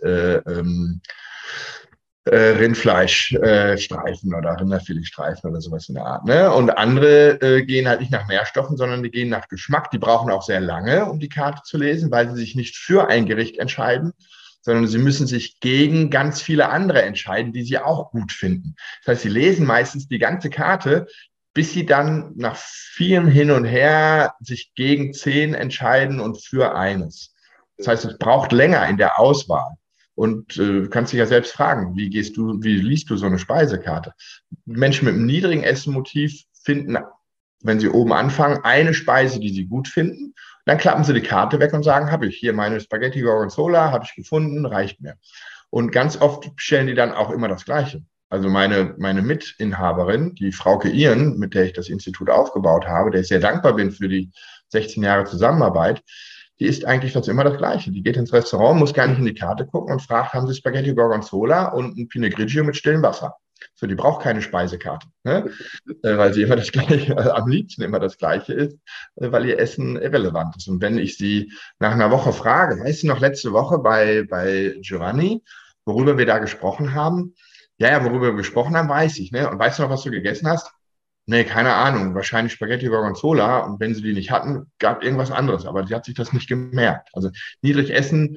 Rindfleischstreifen oder Rinderfiletstreifen oder sowas in der Art. Ne? Und andere gehen halt nicht nach Nährstoffen, sondern die gehen nach Geschmack. Die brauchen auch sehr lange, um die Karte zu lesen, weil sie sich nicht für ein Gericht entscheiden, sondern sie müssen sich gegen ganz viele andere entscheiden, die sie auch gut finden. Das heißt, sie lesen meistens die ganze Karte, bis sie dann nach vielem Hin und Her sich gegen 10 entscheiden und für eines. Das heißt, es braucht länger in der Auswahl. Und du kannst dich ja selbst fragen, wie liest du so eine Speisekarte? Menschen mit einem niedrigen Essenmotiv finden, wenn sie oben anfangen, eine Speise, die sie gut finden. Dann klappen sie die Karte weg und sagen, habe ich hier meine Spaghetti Gorgonzola, habe ich gefunden, reicht mir. Und ganz oft stellen die dann auch immer das Gleiche. Also meine Mitinhaberin, die Frauke Ihren, mit der ich das Institut aufgebaut habe, der ich sehr dankbar bin für die 16 Jahre Zusammenarbeit, die isst eigentlich fast immer das Gleiche. Die geht ins Restaurant, muss gar nicht in die Karte gucken und fragt, haben Sie Spaghetti Gorgonzola und ein Pinot Grigio mit stillem Wasser? So, die braucht keine Speisekarte, ne? Weil sie immer das Gleiche, am liebsten immer das Gleiche ist, weil ihr Essen irrelevant ist. Und wenn ich sie nach einer Woche frage, weißt du noch letzte Woche bei Giovanni, worüber wir da gesprochen haben? Ja, worüber wir gesprochen haben, weiß ich, ne? Und weißt du noch, was du gegessen hast? Nee, keine Ahnung. Wahrscheinlich Spaghetti Gorgonzola. Und wenn sie die nicht hatten, gab irgendwas anderes. Aber sie hat sich das nicht gemerkt. Also niedrig essen,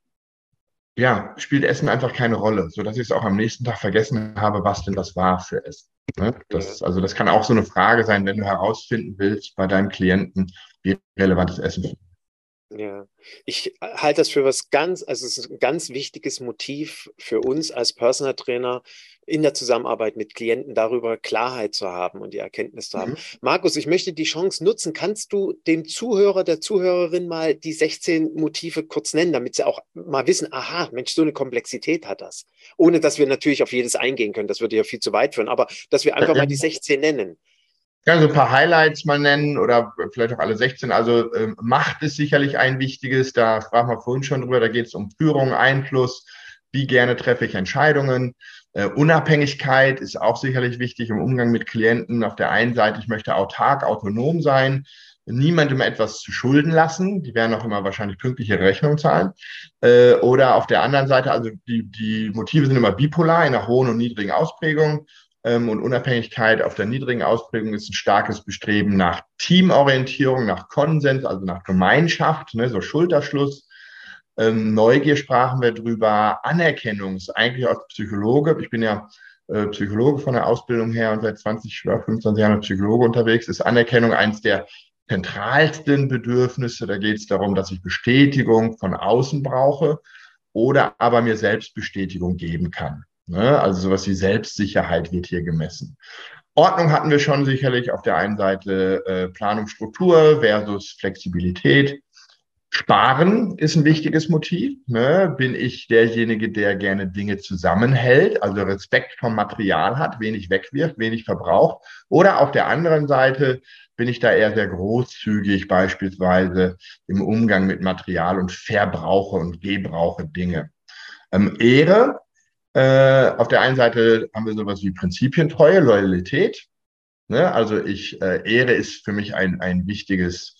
ja, spielt Essen einfach keine Rolle, sodass ich es auch am nächsten Tag vergessen habe, was denn das war für Essen. Ne? Also das kann auch so eine Frage sein, wenn du herausfinden willst bei deinem Klienten, wie relevant ist Essen für ihn. Ja, ich halte das für also es ist ein ganz wichtiges Motiv für uns als Personal Trainer in der Zusammenarbeit mit Klienten darüber Klarheit zu haben und die Erkenntnis zu haben. Markus, ich möchte die Chance nutzen. Kannst du dem Zuhörer, der Zuhörerin mal die 16 Motive kurz nennen, damit sie auch mal wissen, aha, Mensch, so eine Komplexität hat das. Ohne dass wir natürlich auf jedes eingehen können, das würde ja viel zu weit führen, aber dass wir einfach mal die 16 nennen. Ich kann so ein paar Highlights mal nennen oder vielleicht auch alle 16. Also Macht ist sicherlich ein wichtiges, da sprachen wir vorhin schon drüber, da geht es um Führung, Einfluss, wie gerne treffe ich Entscheidungen. Unabhängigkeit ist auch sicherlich wichtig im Umgang mit Klienten. Auf der einen Seite, ich möchte autark, autonom sein, niemandem etwas zu schulden lassen. Die werden auch immer wahrscheinlich pünktlich ihre Rechnung zahlen. Oder auf der anderen Seite, also die Motive sind immer bipolar in einer hohen und niedrigen Ausprägung. Und Unabhängigkeit auf der niedrigen Ausprägung ist ein starkes Bestreben nach Teamorientierung, nach Konsens, also nach Gemeinschaft, ne, so Schulterschluss. Neugier sprachen wir drüber. Anerkennung ist eigentlich als Psychologe. Ich bin ja Psychologe von der Ausbildung her und seit 20 oder 25 Jahren als Psychologe unterwegs. Ist Anerkennung eines der zentralsten Bedürfnisse. Da geht es darum, dass ich Bestätigung von außen brauche oder aber mir selbst Bestätigung geben kann. Ne? Also sowas wie Selbstsicherheit wird hier gemessen. Ordnung hatten wir schon sicherlich auf der einen Seite Planung, Struktur versus Flexibilität. Sparen ist ein wichtiges Motiv. Ne? Bin ich derjenige, der gerne Dinge zusammenhält, also Respekt vom Material hat, wenig wegwirft, wenig verbraucht? Oder auf der anderen Seite bin ich da eher sehr großzügig, beispielsweise im Umgang mit Material und verbrauche und gebrauche Dinge? Ehre. Auf der einen Seite haben wir sowas wie Prinzipientreue, Loyalität. Ne? Also Ehre ist für mich ein wichtiges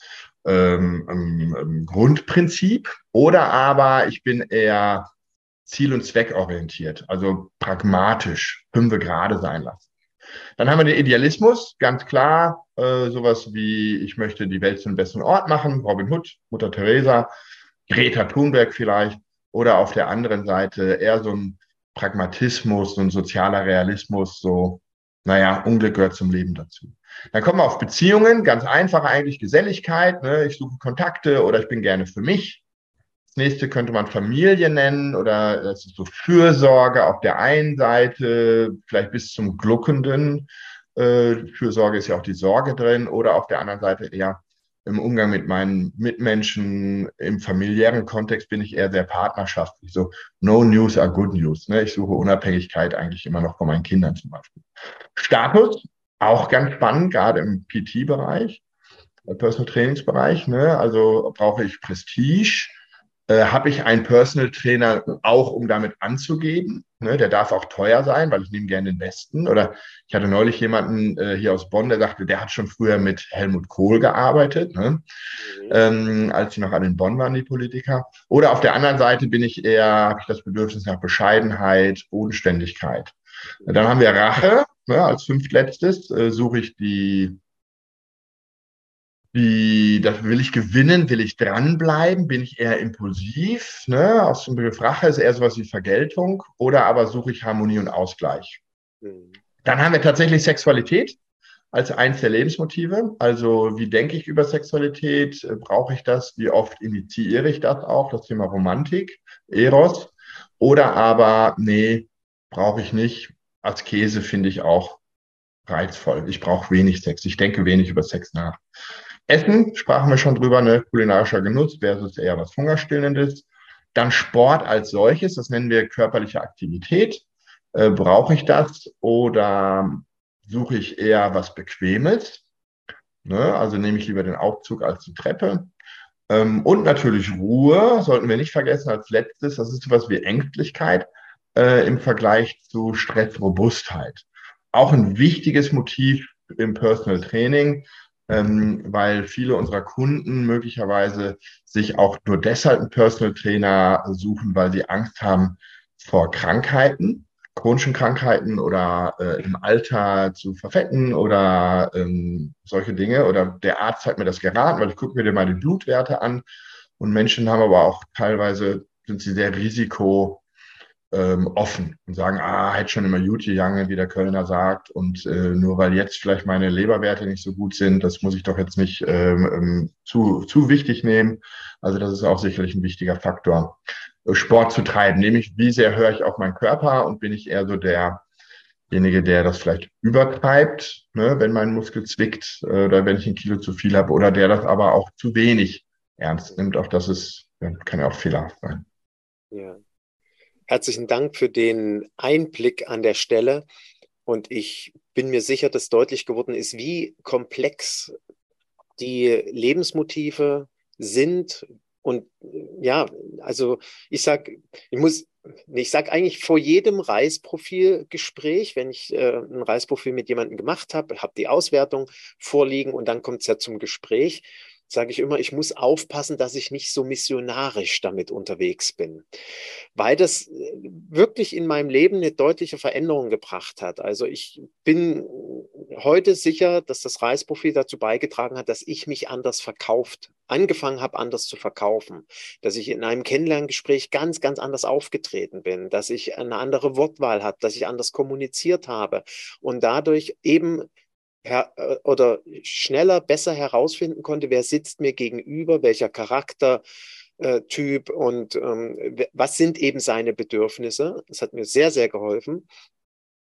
Grundprinzip. Oder aber ich bin eher ziel- und zweckorientiert, also pragmatisch, fünfe gerade sein lassen. Dann haben wir den Idealismus, ganz klar, sowas wie, ich möchte die Welt zu einem besseren Ort machen, Robin Hood, Mutter Teresa, Greta Thunberg vielleicht, oder auf der anderen Seite eher so ein Pragmatismus, so ein sozialer Realismus, so, naja, Unglück gehört zum Leben dazu. Dann kommen wir auf Beziehungen, ganz einfach eigentlich Geselligkeit, ne? Ich suche Kontakte oder ich bin gerne für mich. Das nächste könnte man Familie nennen oder das ist so Fürsorge auf der einen Seite, vielleicht bis zum Gluckenden. Fürsorge ist ja auch die Sorge drin oder auf der anderen Seite eher im Umgang mit meinen Mitmenschen, im familiären Kontext bin ich eher sehr partnerschaftlich. So, no news are good news. Ne? Ich suche Unabhängigkeit eigentlich immer noch von meinen Kindern zum Beispiel. Status, auch ganz spannend, gerade im PT-Bereich, Personal Trainingsbereich. Ne? Also brauche ich Prestige? Habe ich einen Personal Trainer auch, um damit anzugeben? Ne? Der darf auch teuer sein, weil ich nehme gerne den Besten. Oder ich hatte neulich jemanden hier aus Bonn, der sagte, der hat schon früher mit Helmut Kohl gearbeitet, ne? Mhm. Als sie noch an den Bonn waren, die Politiker. Oder auf der anderen Seite bin ich eher, habe ich das Bedürfnis nach Bescheidenheit, Bodenständigkeit. Dann haben wir Rache, ne? Als fünftletztes suche ich das will ich gewinnen, will ich dranbleiben, bin ich eher impulsiv, ne? Aus dem Begriff Rache ist eher sowas wie Vergeltung oder aber suche ich Harmonie und Ausgleich. Mhm. Dann haben wir tatsächlich Sexualität als eins der Lebensmotive. Also wie denke ich über Sexualität? Brauche ich das? Wie oft initiiere ich das auch? Das Thema Romantik, Eros. Oder aber, nee, brauche ich nicht. Askese finde ich auch reizvoll. Ich brauche wenig Sex. Ich denke wenig über Sex nach. Essen, sprachen wir schon drüber, ne? Kulinarischer Genuss versus eher was Hungerstillendes. Dann Sport als solches, das nennen wir körperliche Aktivität. Brauche ich das oder suche ich eher was Bequemes? Ne? Also nehme ich lieber den Aufzug als die Treppe. Und natürlich Ruhe, sollten wir nicht vergessen als letztes, das ist sowas wie Ängstlichkeit im Vergleich zu Stressrobustheit. Auch ein wichtiges Motiv im Personal Training, weil viele unserer Kunden möglicherweise sich auch nur deshalb einen Personal Trainer suchen, weil sie Angst haben vor Krankheiten, chronischen Krankheiten oder im Alter zu verfetten oder solche Dinge. Oder der Arzt hat mir das geraten, weil ich gucke mir dir mal die Blutwerte an. Und Menschen haben aber auch teilweise, sind sie sehr risiko offen und sagen, hätte schon immer gut gegangen, wie der Kölner sagt. Und nur weil jetzt vielleicht meine Leberwerte nicht so gut sind, das muss ich doch jetzt nicht zu wichtig nehmen. Also das ist auch sicherlich ein wichtiger Faktor, Sport zu treiben. Nämlich, wie sehr höre ich auf meinen Körper und bin ich eher so derjenige, der das vielleicht übertreibt, ne, wenn mein Muskel zwickt oder wenn ich ein Kilo zu viel habe oder der das aber auch zu wenig ernst nimmt. Auch das kann ja auch fehlerhaft sein. Ja. Herzlichen Dank für den Einblick an der Stelle. Und ich bin mir sicher, dass deutlich geworden ist, wie komplex die Lebensmotive sind. Und ja, also ich sage, ich sage eigentlich vor jedem Reisprofilgespräch, wenn ich ein Reisprofil mit jemandem gemacht habe die Auswertung vorliegen und dann kommt es ja zum Gespräch, sage ich immer, ich muss aufpassen, dass ich nicht so missionarisch damit unterwegs bin, weil das wirklich in meinem Leben eine deutliche Veränderung gebracht hat. Also ich bin heute sicher, dass das Reisprofil dazu beigetragen hat, dass ich mich angefangen habe, anders zu verkaufen, dass ich in einem Kennenlerngespräch ganz, ganz anders aufgetreten bin, dass ich eine andere Wortwahl habe, dass ich anders kommuniziert habe und dadurch eben oder schneller, besser herausfinden konnte, wer sitzt mir gegenüber, welcher Charaktertyp und was sind eben seine Bedürfnisse. Das hat mir sehr, sehr geholfen.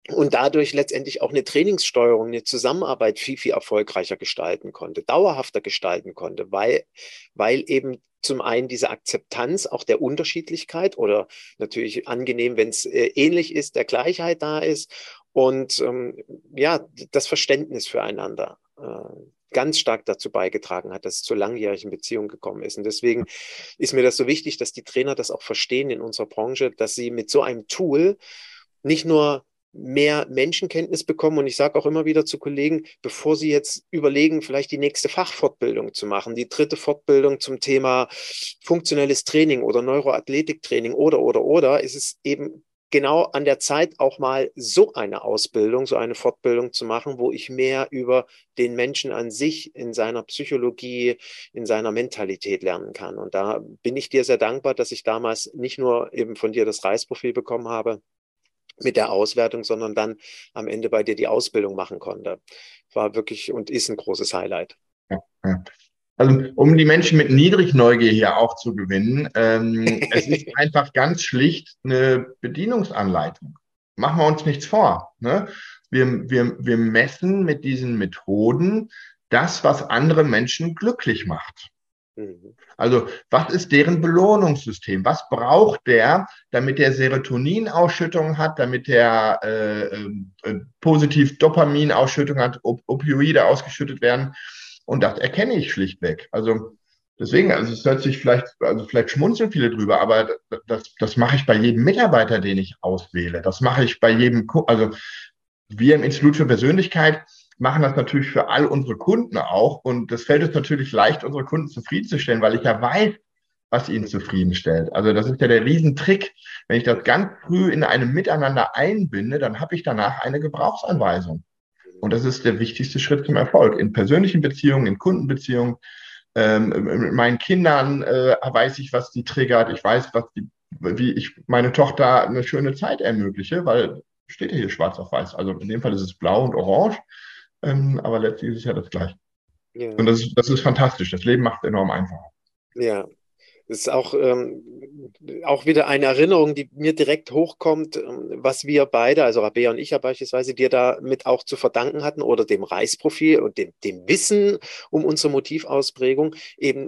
und dadurch letztendlich auch eine Trainingssteuerung, eine Zusammenarbeit viel, viel erfolgreicher gestalten konnte, dauerhafter gestalten konnte, weil eben zum einen diese Akzeptanz auch der Unterschiedlichkeit oder natürlich angenehm, wenn es ähnlich ist, der Gleichheit da ist und ja, das Verständnis füreinander ganz stark dazu beigetragen hat, dass es zu langjährigen Beziehungen gekommen ist. Und deswegen ist mir das so wichtig, dass die Trainer das auch verstehen in unserer Branche, dass sie mit so einem Tool nicht nur mehr Menschenkenntnis bekommen. Und ich sage auch immer wieder zu Kollegen, bevor sie jetzt überlegen, vielleicht die nächste Fachfortbildung zu machen, die dritte Fortbildung zum Thema funktionelles Training oder Neuroathletiktraining oder, ist es eben genau an der Zeit, auch mal so eine Ausbildung, so eine Fortbildung zu machen, wo ich mehr über den Menschen an sich in seiner Psychologie, in seiner Mentalität lernen kann. Und da bin ich dir sehr dankbar, dass ich damals nicht nur eben von dir das Reisprofil bekommen habe, mit der Auswertung, sondern dann am Ende bei dir die Ausbildung machen konnte. War wirklich und ist ein großes Highlight. Ja, ja. Also, um die Menschen mit Niedrigneugier hier auch zu gewinnen, es ist einfach ganz schlicht eine Bedienungsanleitung. Machen wir uns nichts vor. Ne? Wir messen mit diesen Methoden das, was andere Menschen glücklich macht. Mhm. Also, was ist deren Belohnungssystem? Was braucht der, damit der Serotoninausschüttung hat, damit der positiv Dopaminausschüttung hat, Opioide ausgeschüttet werden? Und das erkenne ich schlichtweg. Also, deswegen, also es hört sich vielleicht schmunzeln viele drüber, aber das mache ich bei jedem Mitarbeiter, den ich auswähle. Das mache ich bei jedem, also wir im Institut für Persönlichkeit machen das natürlich für all unsere Kunden auch. Und das fällt uns natürlich leicht, unsere Kunden zufriedenzustellen, weil ich ja weiß, was ihnen zufriedenstellt. Also das ist ja der Riesentrick. Wenn ich das ganz früh in einem Miteinander einbinde, dann habe ich danach eine Gebrauchsanweisung. Und das ist der wichtigste Schritt zum Erfolg. In persönlichen Beziehungen, in Kundenbeziehungen, mit meinen Kindern weiß ich, was die triggert. Ich weiß, wie ich meine Tochter eine schöne Zeit ermögliche, weil steht ja hier schwarz auf weiß. Also in dem Fall ist es blau und orange, aber letztlich ist es ja das Gleiche. Und Ja, das ist fantastisch. Das Leben macht es enorm einfach. ja. Das ist auch wieder eine Erinnerung, die mir direkt hochkommt, was wir beide, also Rabea und ich ja beispielsweise, dir damit auch zu verdanken hatten oder dem Reisprofil und dem Wissen um unsere Motivausprägung, eben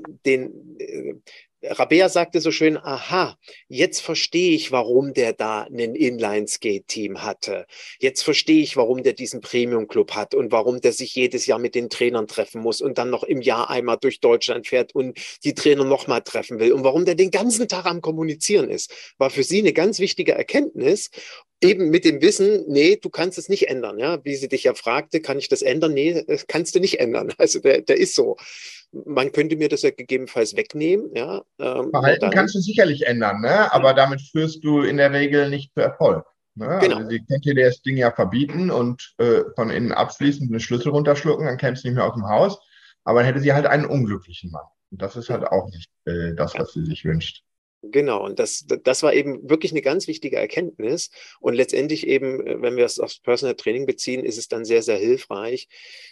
Rabea sagte so schön, aha, jetzt verstehe ich, warum der da ein Inline-Skate-Team hatte. Jetzt verstehe ich, warum der diesen Premium-Club hat und warum der sich jedes Jahr mit den Trainern treffen muss und dann noch im Jahr einmal durch Deutschland fährt und die Trainer nochmal treffen will und warum der den ganzen Tag am Kommunizieren ist. War für sie eine ganz wichtige Erkenntnis, eben mit dem Wissen, nee, du kannst es nicht ändern. Ja? Wie sie dich ja fragte, kann ich das ändern? Nee, das kannst du nicht ändern. Also der ist so. Man könnte mir das ja gegebenenfalls wegnehmen, ja, nur Verhalten dann, kannst du sicherlich ändern, ne? Aber damit führst du in der Regel nicht zu Erfolg. Ne? Also genau, sie könnte dir das Ding ja verbieten und von innen abschließend einen Schlüssel runterschlucken, dann kämst du nicht mehr aus dem Haus. Aber dann hätte sie halt einen unglücklichen Mann. Und das ist halt auch nicht das, ja. was sie sich wünscht. Genau, und das war eben wirklich eine ganz wichtige Erkenntnis. Und letztendlich eben, wenn wir es aufs Personal Training beziehen, ist es dann sehr, sehr hilfreich,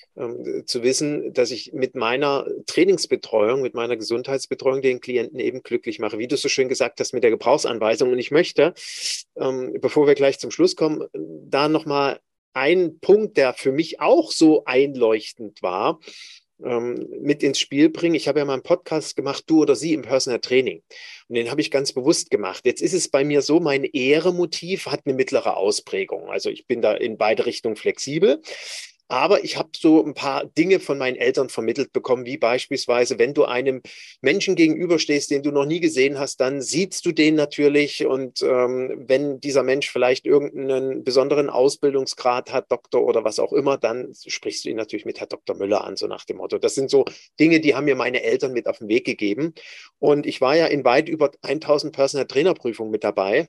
zu wissen, dass ich mit meiner Trainingsbetreuung, mit meiner Gesundheitsbetreuung den Klienten eben glücklich mache. Wie du so schön gesagt hast mit der Gebrauchsanweisung. Und ich möchte, bevor wir gleich zum Schluss kommen, da nochmal einen Punkt, der für mich auch so einleuchtend war, mit ins Spiel bringen. Ich habe ja mal einen Podcast gemacht, du oder sie im Personal Training. Und den habe ich ganz bewusst gemacht. Jetzt ist es bei mir so, mein Ehre-Motiv hat eine mittlere Ausprägung. Also ich bin da in beide Richtungen flexibel. Aber ich habe so ein paar Dinge von meinen Eltern vermittelt bekommen, wie beispielsweise, wenn du einem Menschen gegenüberstehst, den du noch nie gesehen hast, dann siehst du den natürlich. Und wenn dieser Mensch vielleicht irgendeinen besonderen Ausbildungsgrad hat, Doktor oder was auch immer, dann sprichst du ihn natürlich mit Herr Dr. Müller an, so nach dem Motto. Das sind so Dinge, die haben mir meine Eltern mit auf den Weg gegeben. Und ich war ja in weit über 1000 Personal Trainer Prüfungen mit dabei.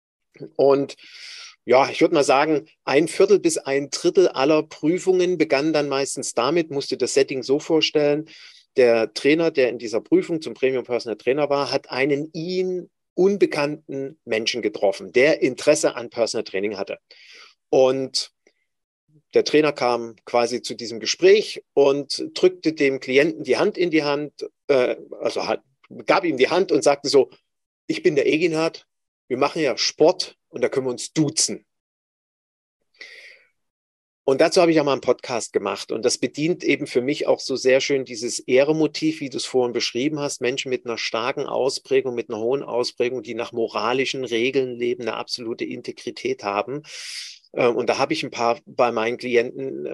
Und ja, ich würde mal sagen, ein Viertel bis ein Drittel aller Prüfungen begannen dann meistens damit, musst du das Setting so vorstellen, der Trainer, der in dieser Prüfung zum Premium Personal Trainer war, hat einen ihm unbekannten Menschen getroffen, der Interesse an Personal Training hatte. Und der Trainer kam quasi zu diesem Gespräch und drückte dem Klienten die Hand in die Hand, gab ihm die Hand und sagte so, ich bin der Eginhard, wir machen ja Sport und da können wir uns duzen. Und dazu habe ich auch mal einen Podcast gemacht. Und das bedient eben für mich auch so sehr schön dieses Ehremotiv, wie du es vorhin beschrieben hast. Menschen mit einer starken Ausprägung, mit einer hohen Ausprägung, die nach moralischen Regeln leben, eine absolute Integrität haben. Und da habe ich ein paar bei meinen Klienten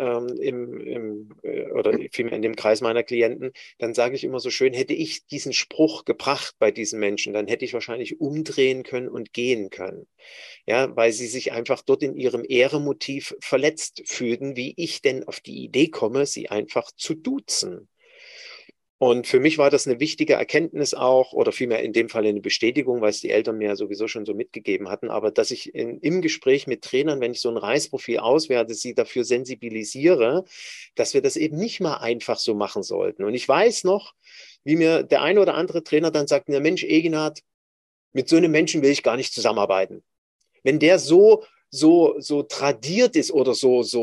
oder vielmehr in dem Kreis meiner Klienten, dann sage ich immer so schön, hätte ich diesen Spruch gebracht bei diesen Menschen, dann hätte ich wahrscheinlich umdrehen können und gehen können. Ja, weil sie sich einfach dort in ihrem Ehremotiv verletzt fühlten, wie ich denn auf die Idee komme, sie einfach zu duzen. Und für mich war das eine wichtige Erkenntnis auch, oder vielmehr in dem Fall eine Bestätigung, weil es die Eltern mir ja sowieso schon so mitgegeben hatten, aber dass ich im Gespräch mit Trainern, wenn ich so ein Reisprofil auswerte, sie dafür sensibilisiere, dass wir das eben nicht mal einfach so machen sollten. Und ich weiß noch, wie mir der eine oder andere Trainer dann sagt, na Mensch, Eginhard, mit so einem Menschen will ich gar nicht zusammenarbeiten. Wenn der so tradiert ist oder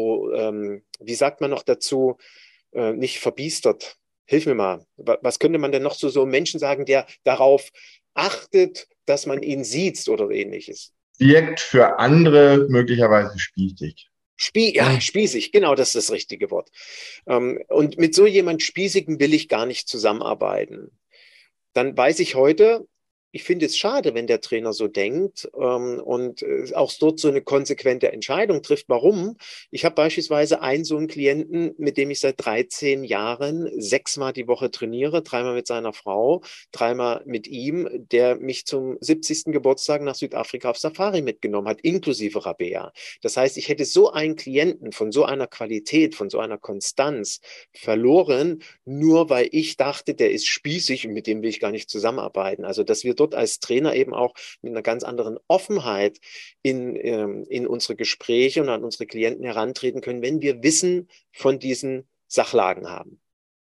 wie sagt man noch dazu, nicht verbiestert. Hilf mir mal. Was könnte man denn noch zu so einem Menschen sagen, der darauf achtet, dass man ihn sieht oder ähnliches? Wirkt für andere möglicherweise spießig. Ja, spießig, genau, das ist das richtige Wort. Und mit so jemand Spießigen will ich gar nicht zusammenarbeiten. Dann weiß ich heute, ich finde es schade, wenn der Trainer so denkt und auch dort so eine konsequente Entscheidung trifft. Warum? Ich habe beispielsweise einen so einen Klienten, mit dem ich seit 13 Jahren 6-mal die Woche trainiere, 3-mal mit seiner Frau, 3-mal mit ihm, der mich zum 70. Geburtstag nach Südafrika auf Safari mitgenommen hat, inklusive Rabea. Das heißt, ich hätte so einen Klienten von so einer Qualität, von so einer Konstanz verloren, nur weil ich dachte, der ist spießig und mit dem will ich gar nicht zusammenarbeiten. Also, dass wir dort als Trainer eben auch mit einer ganz anderen Offenheit in unsere Gespräche und an unsere Klienten herantreten können, wenn wir Wissen von diesen Sachlagen haben.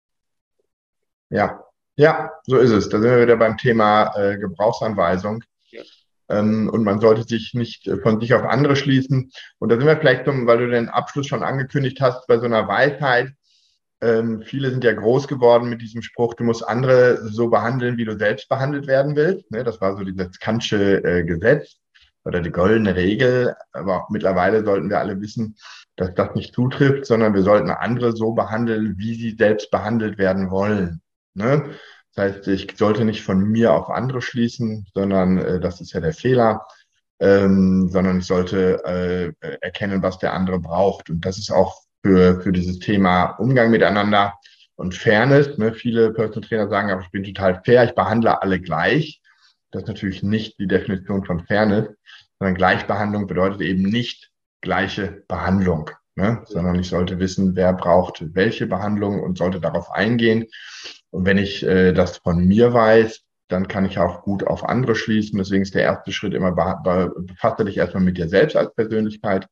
Ja, ja, so ist es. Da sind wir wieder beim Thema Gebrauchsanweisung. Ja. Und man sollte sich nicht von sich auf andere schließen. Und da sind wir vielleicht, weil du den Abschluss schon angekündigt hast, bei so einer Weisheit. Viele sind ja groß geworden mit diesem Spruch, du musst andere so behandeln, wie du selbst behandelt werden willst. Ne? Das war so dieses Kantsche Gesetz oder die goldene Regel. Aber auch mittlerweile sollten wir alle wissen, dass das nicht zutrifft, sondern wir sollten andere so behandeln, wie sie selbst behandelt werden wollen. Ne? Das heißt, ich sollte nicht von mir auf andere schließen, sondern das ist ja der Fehler, sondern ich sollte erkennen, was der andere braucht. Und das ist auch für dieses Thema Umgang miteinander und Fairness. Ne? Viele Personal Trainer sagen, aber ich bin total fair, ich behandle alle gleich. Das ist natürlich nicht die Definition von Fairness, sondern Gleichbehandlung bedeutet eben nicht gleiche Behandlung, ne? Sondern ich sollte wissen, wer braucht welche Behandlung und sollte darauf eingehen. Und wenn ich das von mir weiß, dann kann ich auch gut auf andere schließen. Deswegen ist der erste Schritt immer, befasse dich erstmal mit dir selbst als Persönlichkeit.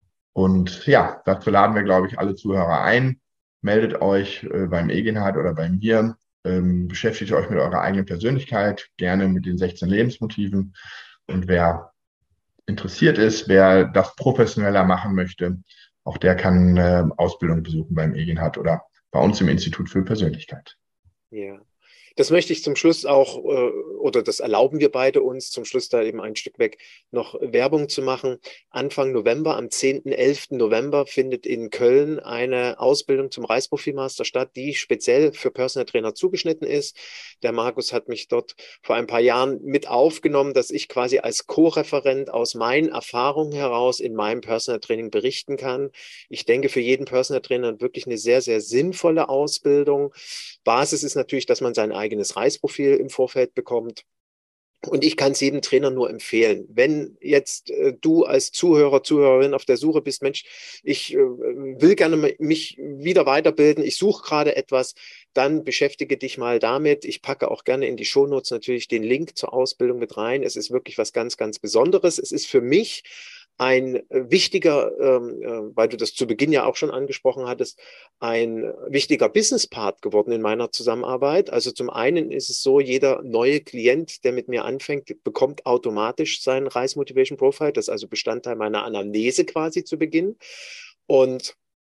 Und ja, dazu laden wir, glaube ich, alle Zuhörer ein. Meldet euch beim Eginhard oder bei mir. Beschäftigt euch mit eurer eigenen Persönlichkeit, gerne mit den 16 Lebensmotiven. Und wer interessiert ist, wer das professioneller machen möchte, auch der kann Ausbildung besuchen beim Eginhard oder bei uns im Institut für Persönlichkeit. Ja. Das möchte ich zum Schluss auch, oder das erlauben wir beide uns, zum Schluss da eben ein Stück weg noch Werbung zu machen. Anfang November, am 10., 11. November findet in Köln eine Ausbildung zum Reisprofilmaster statt, die speziell für Personal Trainer zugeschnitten ist. Der Markus hat mich dort vor ein paar Jahren mit aufgenommen, dass ich quasi als Co-Referent aus meinen Erfahrungen heraus in meinem Personal Training berichten kann. Ich denke, für jeden Personal Trainer wirklich eine sehr, sehr sinnvolle Ausbildung. Basis ist natürlich, dass man sein eigenes Reisprofil im Vorfeld bekommt. Und ich kann es jedem Trainer nur empfehlen. Wenn jetzt du als Zuhörer, Zuhörerin auf der Suche bist, Mensch, ich will gerne mich wieder weiterbilden, ich suche gerade etwas, dann beschäftige dich mal damit. Ich packe auch gerne in die Shownotes natürlich den Link zur Ausbildung mit rein. Es ist wirklich was ganz, ganz Besonderes. Es ist für mich ein wichtiger, weil du das zu Beginn ja auch schon angesprochen hattest, ein wichtiger Business-Part geworden in meiner Zusammenarbeit. Also zum einen ist es so, jeder neue Klient, der mit mir anfängt, bekommt automatisch sein Reis Motivation Profile. Das ist also Bestandteil meiner Anamnese quasi zu Beginn. Und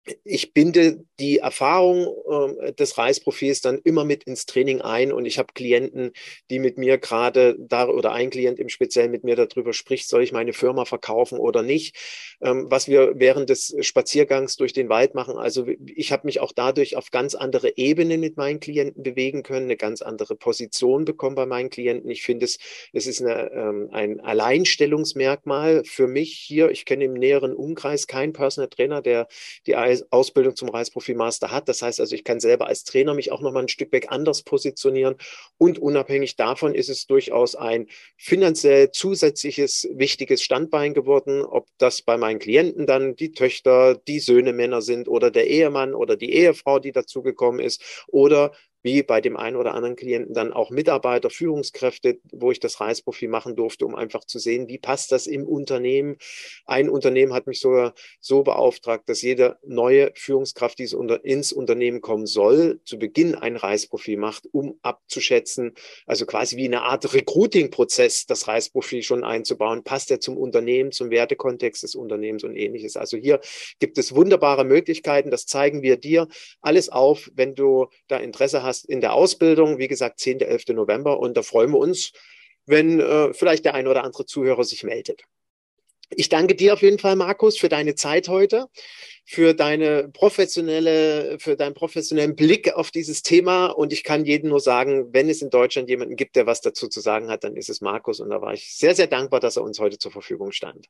ich binde die Erfahrung des Reisprofils dann immer mit ins Training ein und ich habe Klienten, die mit mir gerade da oder ein Klient im Speziellen mit mir darüber spricht, soll ich meine Firma verkaufen oder nicht, was wir während des Spaziergangs durch den Wald machen. Also ich habe mich auch dadurch auf ganz andere Ebenen mit meinen Klienten bewegen können, eine ganz andere Position bekommen bei meinen Klienten. Ich finde, es ist ein Alleinstellungsmerkmal für mich hier. Ich kenne im näheren Umkreis keinen Personal Trainer, der die Ausbildung zum Reisprofi-Master hat. Das heißt also, ich kann selber als Trainer mich auch noch mal ein Stück weg anders positionieren und unabhängig davon ist es durchaus ein finanziell zusätzliches wichtiges Standbein geworden, ob das bei meinen Klienten dann die Töchter, die Söhne, Männer sind oder der Ehemann oder die Ehefrau, die dazugekommen ist oder wie bei dem einen oder anderen Klienten dann auch Mitarbeiter, Führungskräfte, wo ich das Reisprofil machen durfte, um einfach zu sehen, wie passt das im Unternehmen. Ein Unternehmen hat mich sogar so beauftragt, dass jede neue Führungskraft, die ins Unternehmen kommen soll, zu Beginn ein Reisprofil macht, um abzuschätzen, also quasi wie eine Art Recruiting-Prozess, das Reisprofil schon einzubauen. Passt er zum Unternehmen, zum Wertekontext des Unternehmens und ähnliches. Also hier gibt es wunderbare Möglichkeiten, das zeigen wir dir alles auf, wenn du da Interesse hast in der Ausbildung. Wie gesagt, 10. 11. November und da freuen wir uns, wenn vielleicht der ein oder andere Zuhörer sich meldet. Ich danke dir auf jeden Fall, Markus, für deine Zeit heute, für deinen professionellen Blick auf dieses Thema. Und ich kann jedem nur sagen, wenn es in Deutschland jemanden gibt, der was dazu zu sagen hat, dann ist es Markus. Und da war ich sehr, sehr dankbar, dass er uns heute zur Verfügung stand.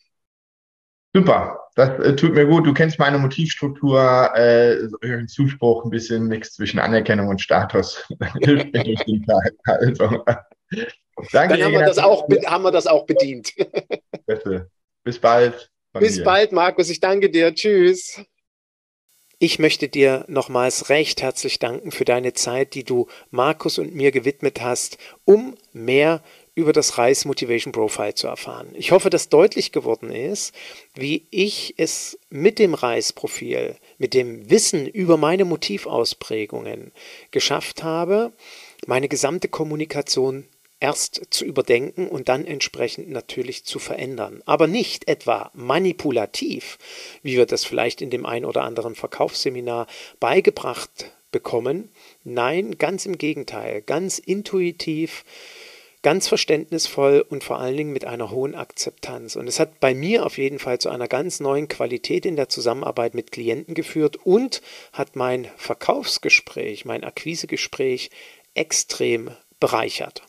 Super, das tut mir gut. Du kennst meine Motivstruktur, Zuspruch, ein bisschen Mix zwischen Anerkennung und Status. Hilft mir durch den Tag. Also, danke Dann haben wir das auch bedient. Bitte. Bis bald. Bis bald, Markus. Ich danke dir. Tschüss. Ich möchte dir nochmals recht herzlich danken für deine Zeit, die du Markus und mir gewidmet hast, um mehr über das Reis Motivation Profile zu erfahren. Ich hoffe, dass deutlich geworden ist, wie ich es mit dem Reis-Profil, mit dem Wissen über meine Motivausprägungen geschafft habe, meine gesamte Kommunikation erst zu überdenken und dann entsprechend natürlich zu verändern. Aber nicht etwa manipulativ, wie wir das vielleicht in dem ein oder anderen Verkaufsseminar beigebracht bekommen. Nein, ganz im Gegenteil, ganz intuitiv, ganz verständnisvoll und vor allen Dingen mit einer hohen Akzeptanz. Und es hat bei mir auf jeden Fall zu einer ganz neuen Qualität in der Zusammenarbeit mit Klienten geführt und hat mein Verkaufsgespräch, mein Akquisegespräch extrem bereichert.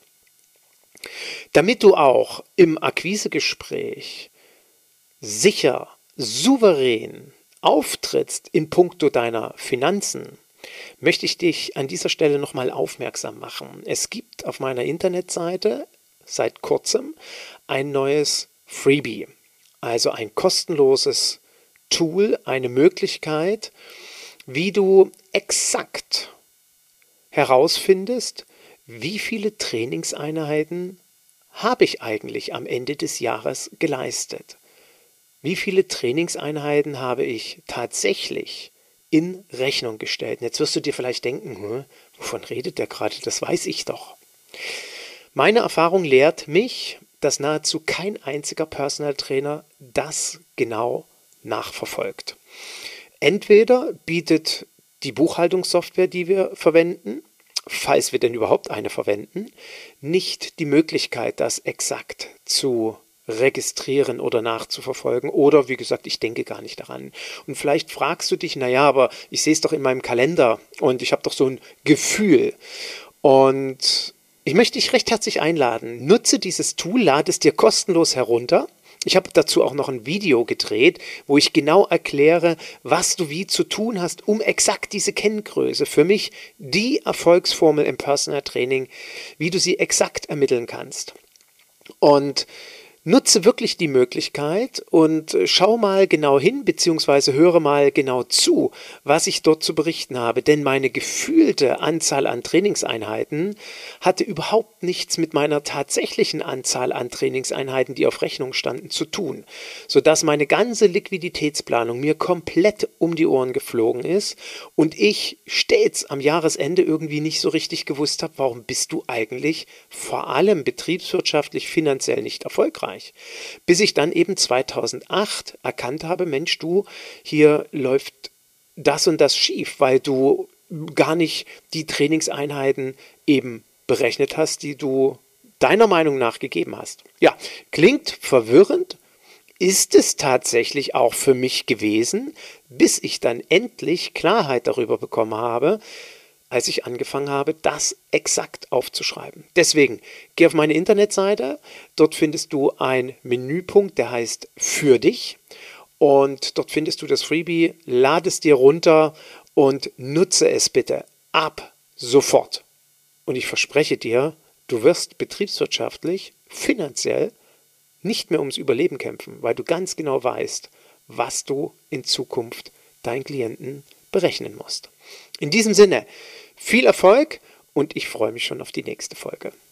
Damit du auch im Akquisegespräch sicher, souverän auftrittst in puncto deiner Finanzen, möchte ich dich an dieser Stelle nochmal aufmerksam machen. Es gibt auf meiner Internetseite seit kurzem ein neues Freebie, also ein kostenloses Tool, eine Möglichkeit, wie du exakt herausfindest, wie viele Trainingseinheiten habe ich eigentlich am Ende des Jahres geleistet? Wie viele Trainingseinheiten habe ich tatsächlich in Rechnung gestellt? Und jetzt wirst du dir vielleicht denken, wovon redet der gerade? Das weiß ich doch. Meine Erfahrung lehrt mich, dass nahezu kein einziger Personal Trainer das genau nachverfolgt. Entweder bietet die Buchhaltungssoftware, die wir verwenden, falls wir denn überhaupt eine verwenden, nicht die Möglichkeit, das exakt zu registrieren oder nachzuverfolgen. Oder wie gesagt, ich denke gar nicht daran. Und vielleicht fragst du dich, naja, aber ich sehe es doch in meinem Kalender und ich habe doch so ein Gefühl. Und ich möchte dich recht herzlich einladen. Nutze dieses Tool, lade es dir kostenlos herunter. Ich habe dazu auch noch ein Video gedreht, wo ich genau erkläre, was du wie zu tun hast, um exakt diese Kenngröße, für mich die Erfolgsformel im Personal Training, wie du sie exakt ermitteln kannst. Und nutze wirklich die Möglichkeit und schau mal genau hin, beziehungsweise höre mal genau zu, was ich dort zu berichten habe. Denn meine gefühlte Anzahl an Trainingseinheiten hatte überhaupt nichts mit meiner tatsächlichen Anzahl an Trainingseinheiten, die auf Rechnung standen, zu tun. Sodass meine ganze Liquiditätsplanung mir komplett um die Ohren geflogen ist und ich stets am Jahresende irgendwie nicht so richtig gewusst habe, warum bist du eigentlich vor allem betriebswirtschaftlich finanziell nicht erfolgreich. Bis ich dann eben 2008 erkannt habe, Mensch, du, hier läuft das und das schief, weil du gar nicht die Trainingseinheiten eben berechnet hast, die du deiner Meinung nach gegeben hast. Ja, klingt verwirrend, ist es tatsächlich auch für mich gewesen, bis ich dann endlich Klarheit darüber bekommen habe, als ich angefangen habe, das exakt aufzuschreiben. Deswegen, geh auf meine Internetseite, dort findest du einen Menüpunkt, der heißt Für dich, und dort findest du das Freebie, lade es dir runter und nutze es bitte ab sofort. Und ich verspreche dir, du wirst betriebswirtschaftlich, finanziell nicht mehr ums Überleben kämpfen, weil du ganz genau weißt, was du in Zukunft deinen Klienten berechnen musst. In diesem Sinne, viel Erfolg und ich freue mich schon auf die nächste Folge.